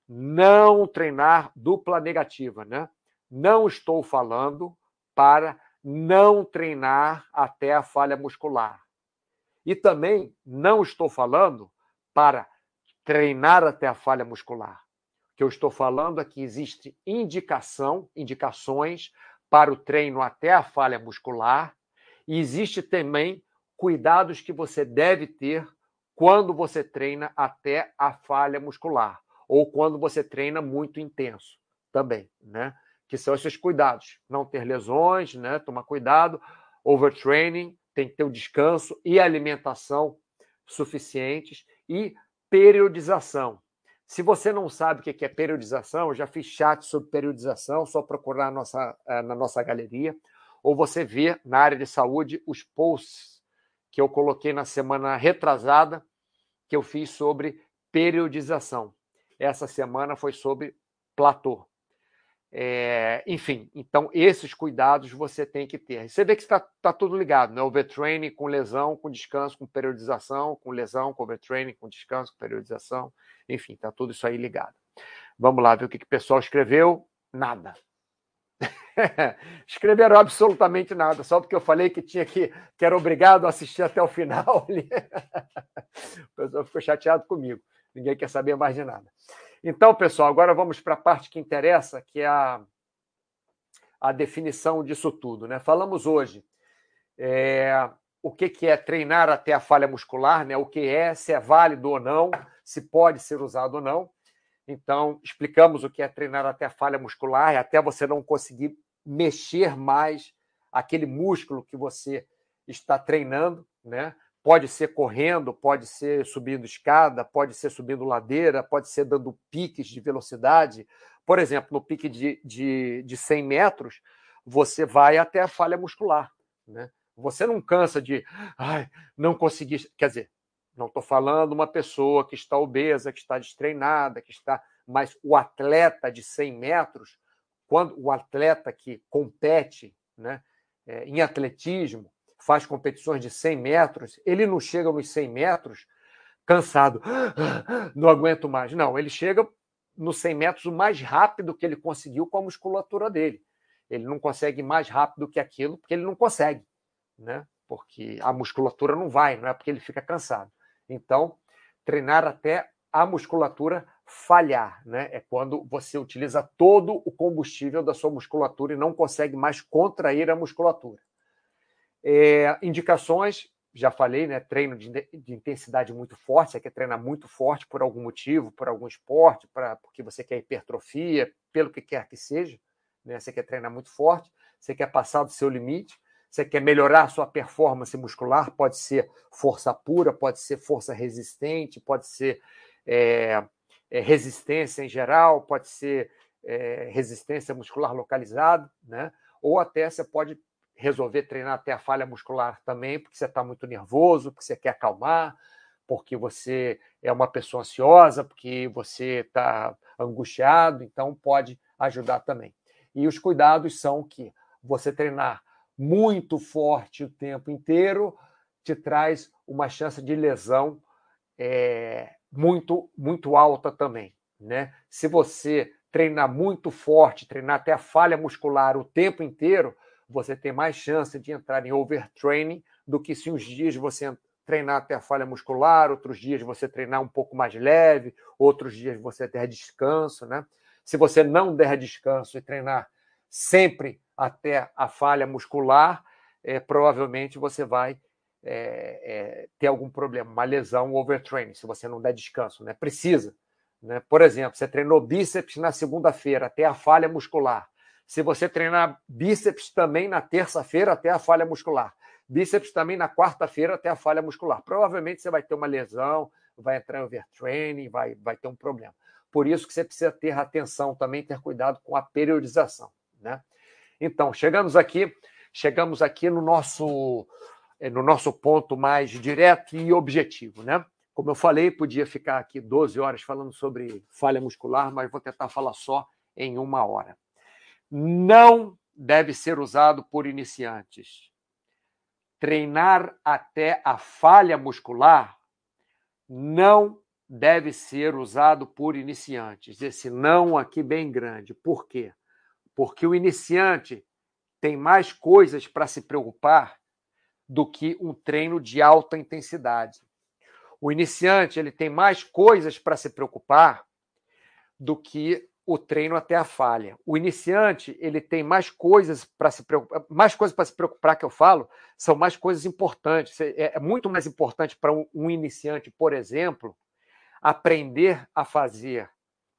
não treinar dupla negativa, né? Não estou falando para não treinar até a falha muscular. E também não estou falando para treinar até a falha muscular. O que eu estou falando é que existe indicação, indicações para o treino até a falha muscular e existe também cuidados que você deve ter quando você treina até a falha muscular ou quando você treina muito intenso também, né? Que são esses cuidados. Não ter lesões, né? Tomar cuidado, overtraining, tem que ter o descanso e alimentação suficientes e periodização. Se você não sabe o que é periodização, eu já fiz chat sobre periodização, só procurar na nossa, na nossa galeria, ou você vê na área de saúde os posts que eu coloquei na semana retrasada, que eu fiz sobre periodização. Essa semana foi sobre platô. É, enfim, então esses cuidados você tem que ter. Você vê que está tá tudo ligado, né? Overtraining com lesão, com descanso, com periodização, com lesão, com overtraining, com descanso, com periodização. Enfim, está tudo isso aí ligado. Vamos lá ver o que, que o pessoal escreveu. Nada. Escreveram absolutamente nada, só porque eu falei que tinha que, que era obrigado a assistir até o final. O pessoal ficou chateado comigo. Ninguém quer saber mais de nada. Então, pessoal, agora vamos para a parte que interessa, que é a, a definição disso tudo, né? Falamos hoje é, o que, que é treinar até a falha muscular, né? O que é, se é válido ou não, se pode ser usado ou não. Então, explicamos o que é treinar até a falha muscular, até você não conseguir mexer mais aquele músculo que você está treinando, né? Pode ser correndo, pode ser subindo escada, pode ser subindo ladeira, pode ser dando piques de velocidade. Por exemplo, no pique de, de, de cem metros, você vai até a falha muscular, né? Você não cansa de, ai, não consegui. Quer dizer, não estou falando uma pessoa que está obesa, que está destreinada, que está. Mas o atleta de cem metros, quando o atleta que compete, né, em atletismo, faz competições de cem metros, ele não chega nos cem metros cansado, não aguento mais. Não, ele chega nos cem metros o mais rápido que ele conseguiu com a musculatura dele. Ele não consegue ir mais rápido que aquilo, porque ele não consegue, né? Porque a musculatura não vai, não é porque ele fica cansado. Então, treinar até a musculatura falhar, né? É quando você utiliza todo o combustível da sua musculatura e não consegue mais contrair a musculatura. É, indicações, já falei, né? Treino de, de intensidade muito forte, você quer treinar muito forte por algum motivo, por algum esporte, pra, porque você quer hipertrofia, pelo que quer que seja, né? Você quer treinar muito forte, você quer passar do seu limite, você quer melhorar a sua performance muscular, pode ser força pura, pode ser força resistente, pode ser é, é, resistência em geral, pode ser é, resistência muscular localizada, né? Ou até você pode resolver treinar até a falha muscular também, porque você está muito nervoso, porque você quer acalmar, porque você é uma pessoa ansiosa, porque você está angustiado, então pode ajudar também. E os cuidados são que você treinar muito forte o tempo inteiro te traz uma chance de lesão é, muito, muito alta também, né? Se você treinar muito forte, treinar até a falha muscular o tempo inteiro, você tem mais chance de entrar em overtraining do que se uns dias você treinar até a falha muscular, outros dias você treinar um pouco mais leve, outros dias você der descanso, né? Se você não der descanso e treinar sempre até a falha muscular, é, provavelmente você vai é, é, ter algum problema, uma lesão, um overtraining, se você não der descanso, né? Precisa, né? Por exemplo, você treinou bíceps na segunda-feira até a falha muscular. Se você treinar bíceps também na terça-feira até a falha muscular, bíceps também na quarta-feira até a falha muscular, provavelmente você vai ter uma lesão, vai entrar em overtraining, vai, vai ter um problema. Por isso que você precisa ter atenção também, ter cuidado com a periodização, né? Então, chegamos aqui, chegamos aqui no nosso, no nosso ponto mais direto e objetivo, né? Como eu falei, podia ficar aqui doze horas falando sobre falha muscular, mas vou tentar falar só em uma hora. Não deve ser usado por iniciantes. Treinar até a falha muscular não deve ser usado por iniciantes. Esse não aqui bem grande. Por quê? Porque o iniciante tem mais coisas para se preocupar do que um treino de alta intensidade. O iniciante ele tem mais coisas para se preocupar do que o treino até a falha. O iniciante ele tem mais coisas para se preocupar, mais coisas para se preocupar que eu falo, são mais coisas importantes. É, é muito mais importante para um, um iniciante, por exemplo, aprender a fazer,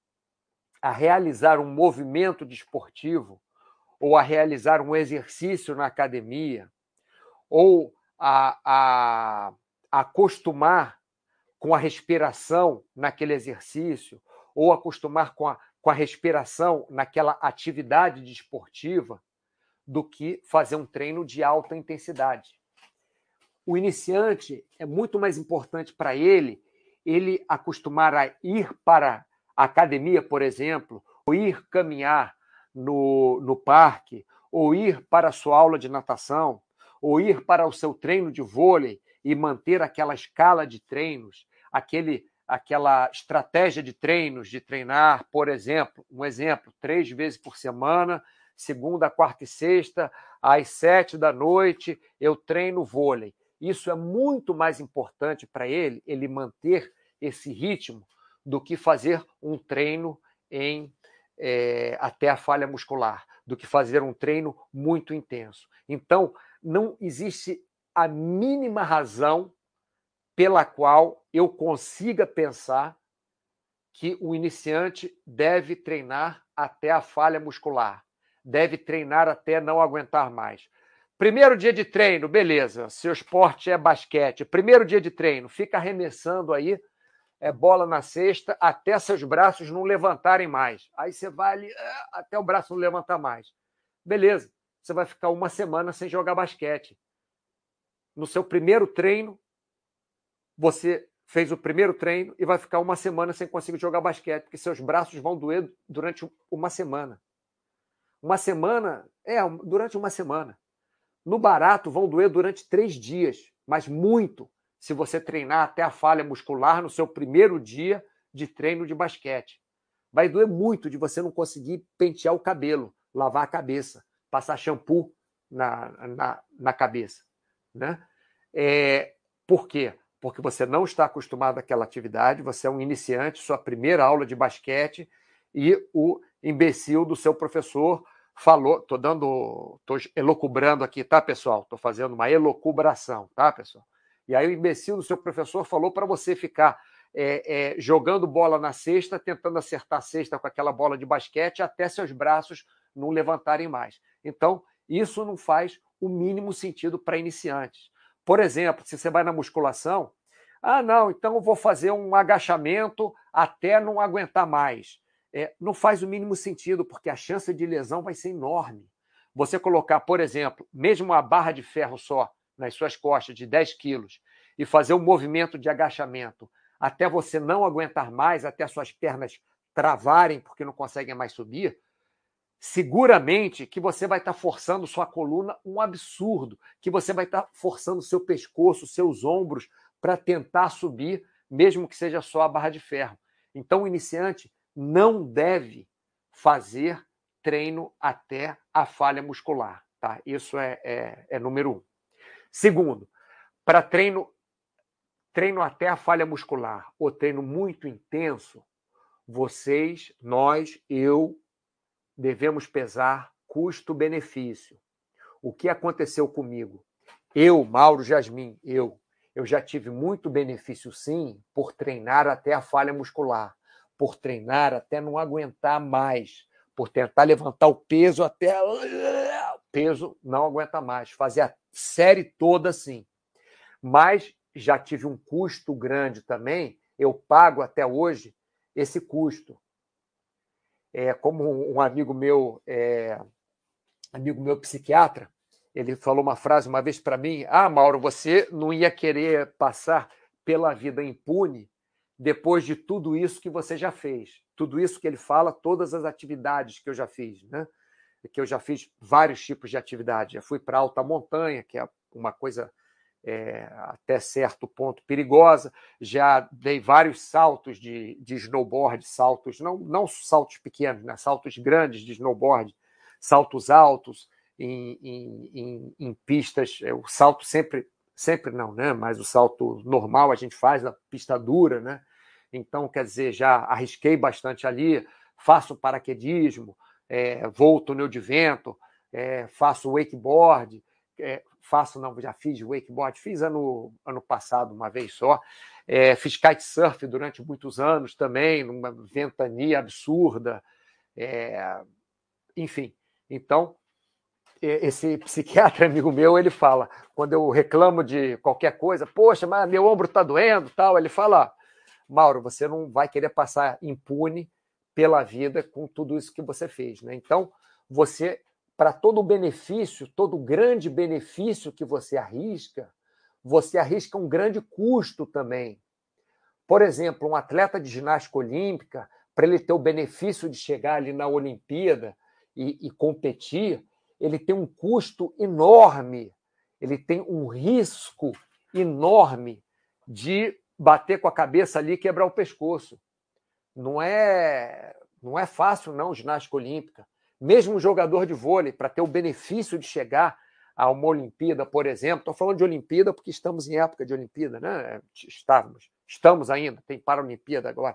a realizar um movimento desportivo, ou a realizar um exercício na academia, ou a, a, a acostumar com a respiração naquele exercício, ou acostumar com a, com a respiração naquela atividade desportiva do que fazer um treino de alta intensidade. O iniciante é muito mais importante para ele, ele acostumar a ir para a academia, por exemplo, ou ir caminhar no, no parque, ou ir para a sua aula de natação, ou ir para o seu treino de vôlei e manter aquela escala de treinos, aquele, aquela estratégia de treinos, de treinar, por exemplo, um exemplo, três vezes por semana, segunda, quarta e sexta, às sete da noite, eu treino vôlei. Isso é muito mais importante para ele, ele manter esse ritmo, do que fazer um treino em é, até a falha muscular, do que fazer um treino muito intenso. Então, não existe a mínima razão pela qual eu consiga pensar que o iniciante deve treinar até a falha muscular, deve treinar até não aguentar mais. Primeiro dia de treino, beleza, seu esporte é basquete. Primeiro dia de treino, fica arremessando aí, é bola na cesta, até seus braços não levantarem mais. Aí você vai ali, até o braço não levantar mais. Beleza, você vai ficar uma semana sem jogar basquete. No seu primeiro treino, você fez o primeiro treino e vai ficar uma semana sem conseguir jogar basquete, porque seus braços vão doer durante uma semana. Uma semana, é, durante uma semana. No barato, vão doer durante três dias, mas muito, se você treinar até a falha muscular no seu primeiro dia de treino de basquete. Vai doer muito de você não conseguir pentear o cabelo, lavar a cabeça, passar shampoo na, na, na cabeça. Né? É, por quê? Porque você não está acostumado àquela atividade, você é um iniciante, sua primeira aula de basquete, e o imbecil do seu professor falou, estou dando, estou elocubrando aqui, tá, pessoal? Estou fazendo uma elocubração, tá, pessoal? E aí o imbecil do seu professor falou para você ficar é, é, jogando bola na cesta, tentando acertar a cesta com aquela bola de basquete até seus braços não levantarem mais. Então, isso não faz o mínimo sentido para iniciantes. Por exemplo, se você vai na musculação, ah, não, então eu vou fazer um agachamento até não aguentar mais. É, não faz o mínimo sentido, porque a chance de lesão vai ser enorme. Você colocar, por exemplo, mesmo uma barra de ferro só nas suas costas de dez quilos e fazer um movimento de agachamento até você não aguentar mais, até suas pernas travarem porque não conseguem mais subir, seguramente que você vai estar forçando sua coluna um absurdo, que você vai estar forçando seu pescoço, seus ombros para tentar subir, mesmo que seja só a barra de ferro. Então, o iniciante não deve fazer treino até a falha muscular. Tá? Isso é, é, é número um. Segundo, para treino, treino até a falha muscular ou treino muito intenso, vocês, nós, eu, devemos pesar custo-benefício. O que aconteceu comigo? Eu, Mauro Jasmin, eu, eu já tive muito benefício, sim, por treinar até a falha muscular, por treinar até não aguentar mais, por tentar levantar o peso até o peso não aguenta mais, fazer a série toda assim. Mas já tive um custo grande também, eu pago até hoje esse custo. É, como um amigo meu, é, amigo meu psiquiatra, ele falou uma frase uma vez para mim: ah, Mauro, você não ia querer passar pela vida impune depois de tudo isso que você já fez. Tudo isso que ele fala, todas as atividades que eu já fiz, né? Que eu já fiz vários tipos de atividade. Já fui para alta montanha, que é uma coisa é, até certo ponto perigosa. Já dei vários saltos de, de snowboard, saltos, não, não saltos pequenos, né? Saltos grandes de snowboard, saltos altos em, em, em, em pistas. O salto sempre, sempre não, né? Mas o salto normal a gente faz na pista dura, né? Então, quer dizer, já arrisquei bastante ali, faço paraquedismo, é, voo túnel de vento, é, faço wakeboard, é, faço, não, já fiz wakeboard, fiz ano, ano passado uma vez só, é, fiz kitesurf durante muitos anos também, numa ventania absurda, é, enfim. Então, esse psiquiatra amigo meu, ele fala, quando eu reclamo de qualquer coisa, poxa, mas meu ombro está doendo, tal, ele fala, Mauro, você não vai querer passar impune pela vida com tudo isso que você fez, né? Então, você, para todo o benefício, todo o grande benefício que você arrisca, você arrisca um grande custo também. Por exemplo, um atleta de ginástica olímpica, para ele ter o benefício de chegar ali na Olimpíada e, e competir, ele tem um custo enorme, ele tem um risco enorme de bater com a cabeça ali e quebrar o pescoço. Não é, não é fácil, não, ginástica olímpica. Mesmo um jogador de vôlei, para ter o benefício de chegar a uma Olimpíada, por exemplo, estou falando de Olimpíada porque estamos em época de Olimpíada, né? Estávamos, estamos ainda, tem Paralimpíada agora.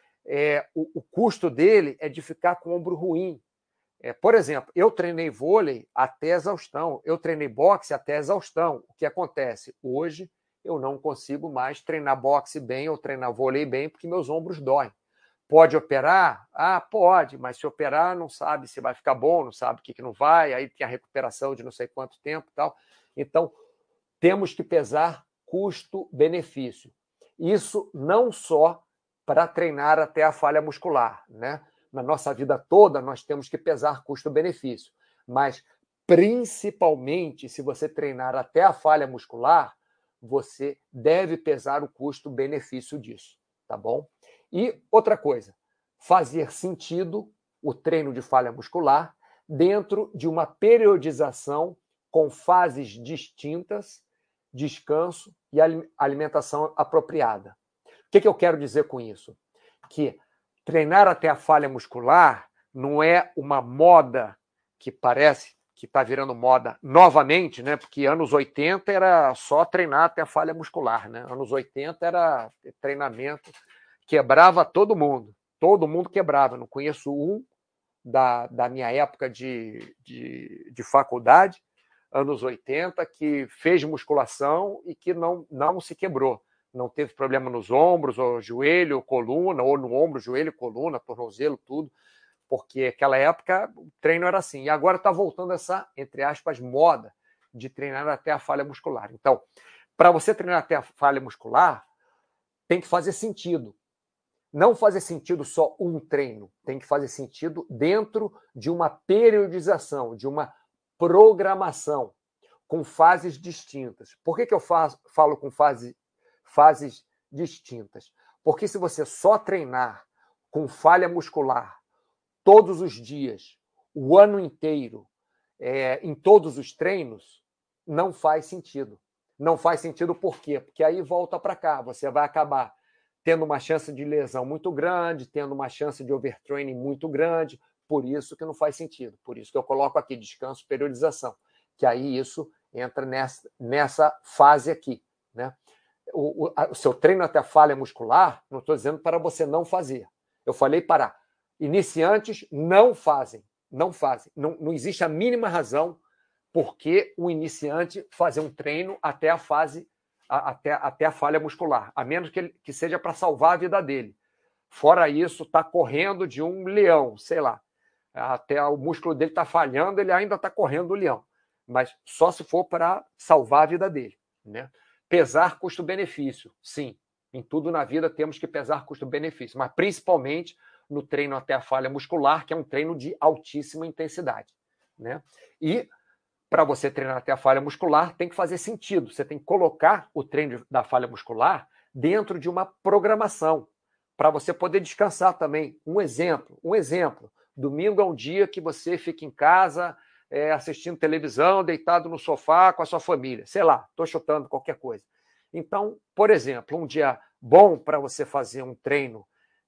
É, o, o custo dele é de ficar com o ombro ruim. É, por exemplo, eu treinei vôlei até exaustão, eu treinei boxe até exaustão. O que acontece? Hoje eu não consigo mais treinar boxe bem ou treinar vôlei bem porque meus ombros doem. Pode operar? Ah, pode, mas se operar não sabe se vai ficar bom, não sabe o que, que não vai, aí tem a recuperação de não sei quanto tempo e tal. Então, temos que pesar custo-benefício. Isso não só para treinar até a falha muscular, né? Na nossa vida toda, nós temos que pesar custo-benefício. Mas, principalmente, se você treinar até a falha muscular, você deve pesar o custo-benefício disso, tá bom? E outra coisa, fazer sentido o treino de falha muscular dentro de uma periodização com fases distintas, descanso e alimentação apropriada. O que, que eu quero dizer com isso? Que treinar até a falha muscular não é uma moda que parece que está virando moda novamente, né? Porque anos oitenta era só treinar até a falha muscular, né? Anos oitenta era treinamento, quebrava todo mundo, todo mundo quebrava. Não conheço um da, da minha época de, de, de faculdade, anos oitenta, que fez musculação e que não, não se quebrou. Não teve problema nos ombros, ou joelho, ou coluna, ou no ombro, joelho, coluna, tornozelo, tudo, porque naquela época o treino era assim. E agora está voltando essa, entre aspas, moda de treinar até a falha muscular. Então, para você treinar até a falha muscular, tem que fazer sentido. Não fazer sentido só um treino, tem que fazer sentido dentro de uma periodização, de uma programação, com fases distintas. Por que, que eu faço, falo com fase, fases distintas? Porque se você só treinar com falha muscular todos os dias, o ano inteiro, é, em todos os treinos, não faz sentido. Não faz sentido por quê? Porque aí volta para cá, você vai acabar tendo uma chance de lesão muito grande, tendo uma chance de overtraining muito grande, por isso que não faz sentido. Por isso que eu coloco aqui descanso, periodização, que aí isso entra nessa, nessa fase aqui, né? O, o, a, o seu treino até a falha muscular, não estou dizendo para você não fazer. Eu falei para iniciantes não fazem, não fazem. Não, não existe a mínima razão por que um iniciante fazer um treino até a fase Até, até a falha muscular, a menos que, ele, que seja para salvar a vida dele. Fora isso, está correndo de um leão, sei lá. Até o músculo dele está falhando, ele ainda está correndo do leão. Mas só se for para salvar a vida dele, né? Pesar custo-benefício, sim. Em tudo na vida temos que pesar custo-benefício, mas principalmente no treino até a falha muscular, que é um treino de altíssima intensidade, né? E para você treinar até a falha muscular, tem que fazer sentido. Você tem que colocar o treino da falha muscular dentro de uma programação, para você poder descansar também. Um exemplo, um exemplo. Domingo é um dia que você fica em casa, é, assistindo televisão, deitado no sofá com a sua família. Sei lá, estou chutando qualquer coisa. Então, por exemplo, um dia bom para você fazer um treino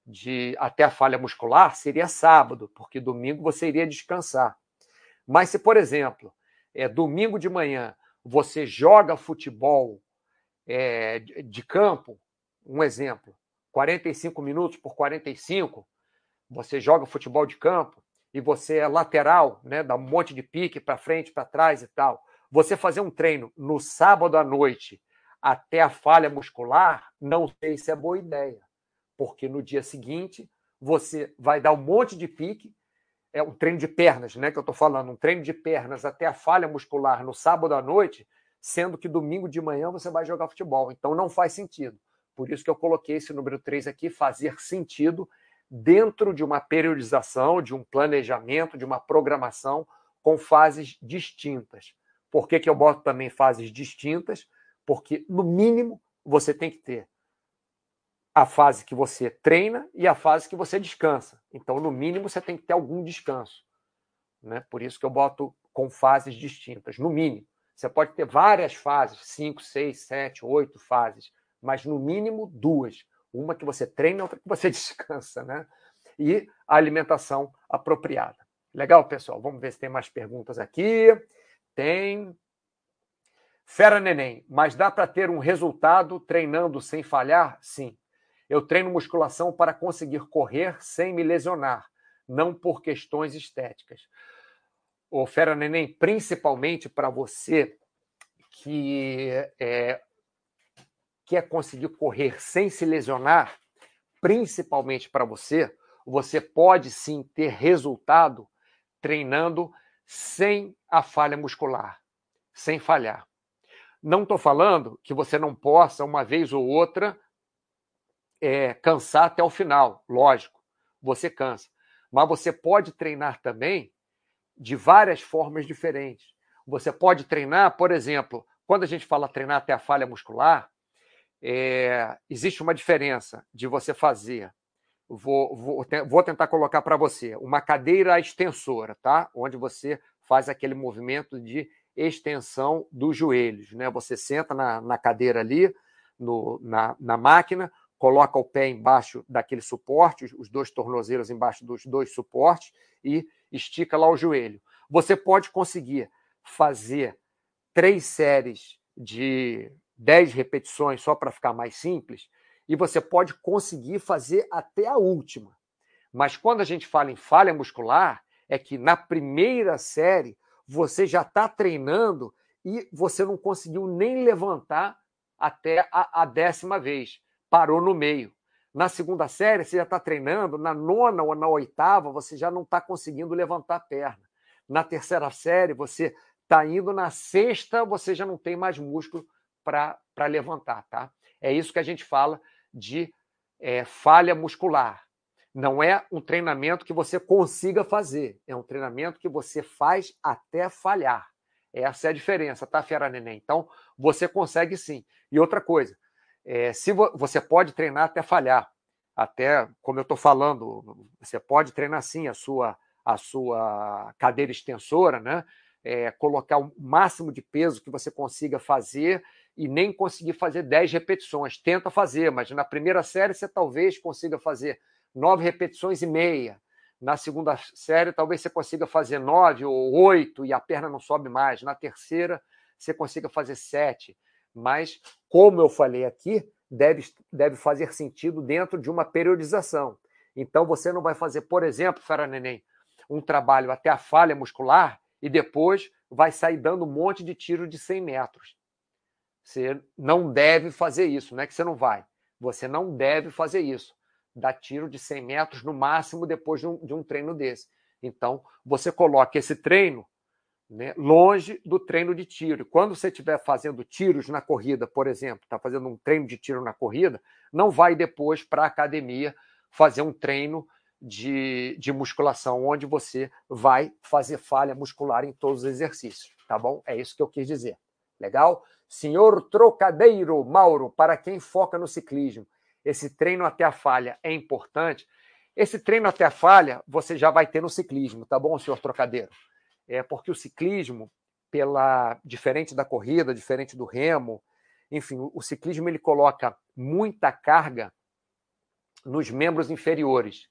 de até a falha muscular seria sábado, porque domingo você iria descansar. Mas se, por exemplo, é, domingo de manhã você joga futebol é, de, de campo, um exemplo, quarenta e cinco minutos por quarenta e cinco, você joga futebol de campo e você é lateral, né, dá um monte de pique para frente, para trás e tal. Você fazer um treino no sábado à noite até a falha muscular, não sei se é boa ideia, porque no dia seguinte você vai dar um monte de pique. É um treino de pernas, né, que eu estou falando, um treino de pernas até a falha muscular no sábado à noite, sendo que domingo de manhã você vai jogar futebol. Então não faz sentido. Por isso que eu coloquei esse número três aqui, fazer sentido dentro de uma periodização, de um planejamento, de uma programação com fases distintas. Por que que eu boto também fases distintas? Porque, no mínimo, você tem que ter a fase que você treina e a fase que você descansa. Então, no mínimo, você tem que ter algum descanso, né? Por isso que eu boto com fases distintas, no mínimo. Você pode ter várias fases, cinco, seis, sete, oito fases, mas no mínimo duas. Uma que você treina, outra que você descansa, né? E a alimentação apropriada. Legal, pessoal? Vamos ver se tem mais perguntas aqui. Tem. Fera Neném, mas dá para ter um resultado treinando sem falhar? Sim. Eu treino musculação para conseguir correr sem me lesionar, não por questões estéticas. Ô, Fera Neném, principalmente para você que é, quer conseguir correr sem se lesionar, principalmente para você, você pode sim ter resultado treinando sem a falha muscular, sem falhar. Não estou falando que você não possa, uma vez ou outra, é, cansar até o final. Lógico, você cansa. Mas você pode treinar também de várias formas diferentes. Você pode treinar, por exemplo, quando a gente fala treinar até a falha muscular, é, existe uma diferença de você fazer. Vou, vou, vou tentar colocar para você uma cadeira extensora, tá? Onde você faz aquele movimento de extensão dos joelhos, né? Você senta na, na cadeira ali, no, na, na máquina, coloca o pé embaixo daquele suporte, os dois tornozelos embaixo dos dois suportes e estica lá o joelho. Você pode conseguir fazer três séries de dez repetições só para ficar mais simples, e você pode conseguir fazer até a última. Mas quando a gente fala em falha muscular, é que na primeira série você já está treinando e você não conseguiu nem levantar até a, a décima vez. Parou no meio. Na segunda série, você já está treinando, na nona ou na oitava, você já não está conseguindo levantar a perna. Na terceira série, você está indo, na sexta, você já não tem mais músculo para levantar, tá? É isso que a gente fala de é, falha muscular. Não é um treinamento que você consiga fazer, é um treinamento que você faz até falhar. Essa é a diferença, tá, Fera Neném? Então, você consegue sim. E outra coisa, é, se vo você pode treinar até falhar, até, como eu estou falando, você pode treinar sim a sua, a sua cadeira extensora, né? É, colocar o máximo de peso que você consiga fazer e nem conseguir fazer dez repetições. Tenta fazer, mas na primeira série você talvez consiga fazer nove repetições e meia. Na segunda série, talvez você consiga fazer nove ou oito e a perna não sobe mais. Na terceira, você consiga fazer sete. Mas, como eu falei aqui, deve, deve fazer sentido dentro de uma periodização. Então, você não vai fazer, por exemplo, Fera Neném, um trabalho até a falha muscular e depois vai sair dando um monte de tiro de cem metros. Você não deve fazer isso, não é que você não vai. Você não deve fazer isso. Dar tiro de cem metros no máximo depois de um, de um treino desse. Então, você coloca esse treino, né, longe do treino de tiro. Quando você estiver fazendo tiros na corrida, por exemplo, está fazendo um treino de tiro na corrida, não vai depois para a academia fazer um treino de, de musculação, onde você vai fazer falha muscular em todos os exercícios, tá bom? É isso que eu quis dizer. Legal? Senhor Trocadeiro, Mauro, para quem foca no ciclismo, esse treino até a falha é importante? Esse treino até a falha você já vai ter no ciclismo, tá bom, senhor Trocadeiro? É porque o ciclismo, pela diferente da corrida, diferente do remo, enfim, o ciclismo ele coloca muita carga nos membros inferiores.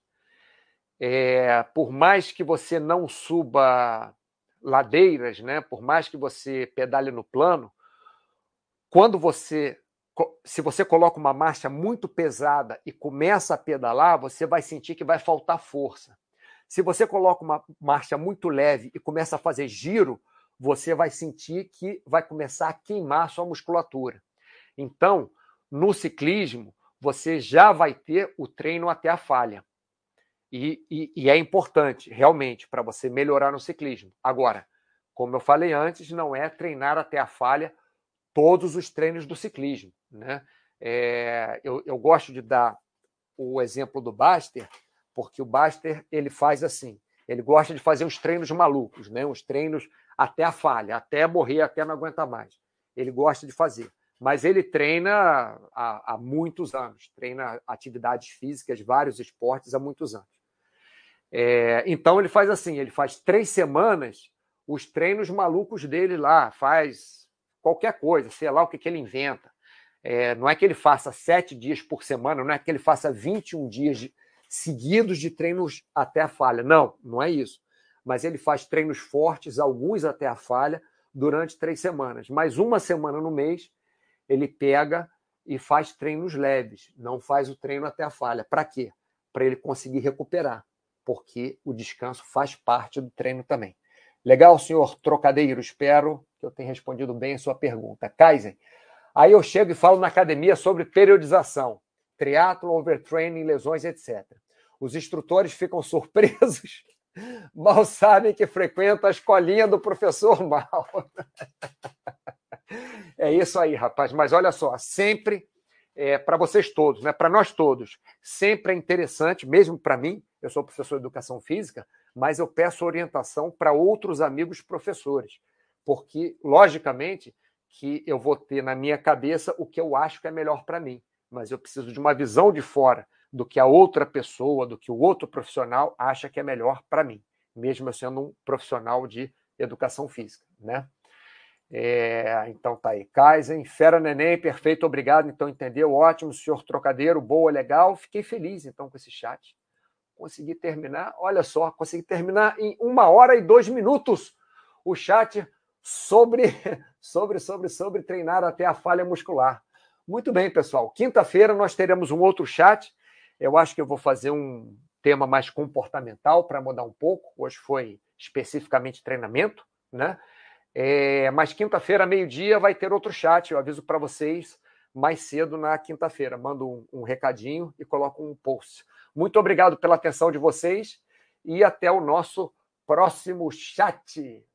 É, por mais que você não suba ladeiras, né, por mais que você pedale no plano, quando você, se você coloca uma marcha muito pesada e começa a pedalar, você vai sentir que vai faltar força. Se você coloca uma marcha muito leve e começa a fazer giro, você vai sentir que vai começar a queimar a sua musculatura. Então, no ciclismo, você já vai ter o treino até a falha. E, e, e é importante, realmente, para você melhorar no ciclismo. Agora, como eu falei antes, não é treinar até a falha todos os treinos do ciclismo, né? É, eu, eu gosto de dar o exemplo do Baster, porque o Baster ele faz assim, ele gosta de fazer uns treinos malucos, né? Uns treinos até a falha, até morrer, até não aguentar mais. Ele gosta de fazer. Mas ele treina há, há muitos anos, treina atividades físicas, vários esportes há muitos anos. É, então ele faz assim, ele faz três semanas os treinos malucos dele lá, faz qualquer coisa, sei lá o que, que ele inventa. É, não é que ele faça sete dias por semana, não é que ele faça vinte e um dias de, seguidos de treinos até a falha. Não, não é isso. Mas ele faz treinos fortes, alguns até a falha, durante três semanas. Mas uma semana no mês, ele pega e faz treinos leves, não faz o treino até a falha. Para quê? Para ele conseguir recuperar, porque o descanso faz parte do treino também. Legal, senhor Trocadeiro? Espero que eu tenha respondido bem a sua pergunta. Kaizen, aí eu chego e falo na academia sobre periodização, triatlo, overtraining, lesões, etcétera. Os instrutores ficam surpresos, mal sabem que frequenta a escolinha do professor Mal. É isso aí, rapaz. Mas olha só, sempre, é, para vocês todos, né, para nós todos, sempre é interessante, mesmo para mim, eu sou professor de educação física, mas eu peço orientação para outros amigos professores, porque, logicamente, que eu vou ter na minha cabeça o que eu acho que é melhor para mim, mas eu preciso de uma visão de fora do que a outra pessoa, do que o outro profissional acha que é melhor para mim, mesmo eu sendo um profissional de educação física, né? É, então tá aí, Kaizen, Fera Neném, perfeito, obrigado, então entendeu, ótimo, senhor Trocadeiro, boa, legal, fiquei feliz então com esse chat, consegui terminar, olha só, consegui terminar em uma hora e dois minutos o chat sobre, sobre, sobre, sobre treinar até a falha muscular. Muito bem, pessoal, quinta-feira nós teremos um outro chat, eu acho que eu vou fazer um tema mais comportamental para mudar um pouco, hoje foi especificamente treinamento, né? É, mas quinta-feira, meio-dia, vai ter outro chat. Eu aviso para vocês mais cedo na quinta-feira. Mando um, um recadinho e coloco um post. Muito obrigado pela atenção de vocês e até o nosso próximo chat.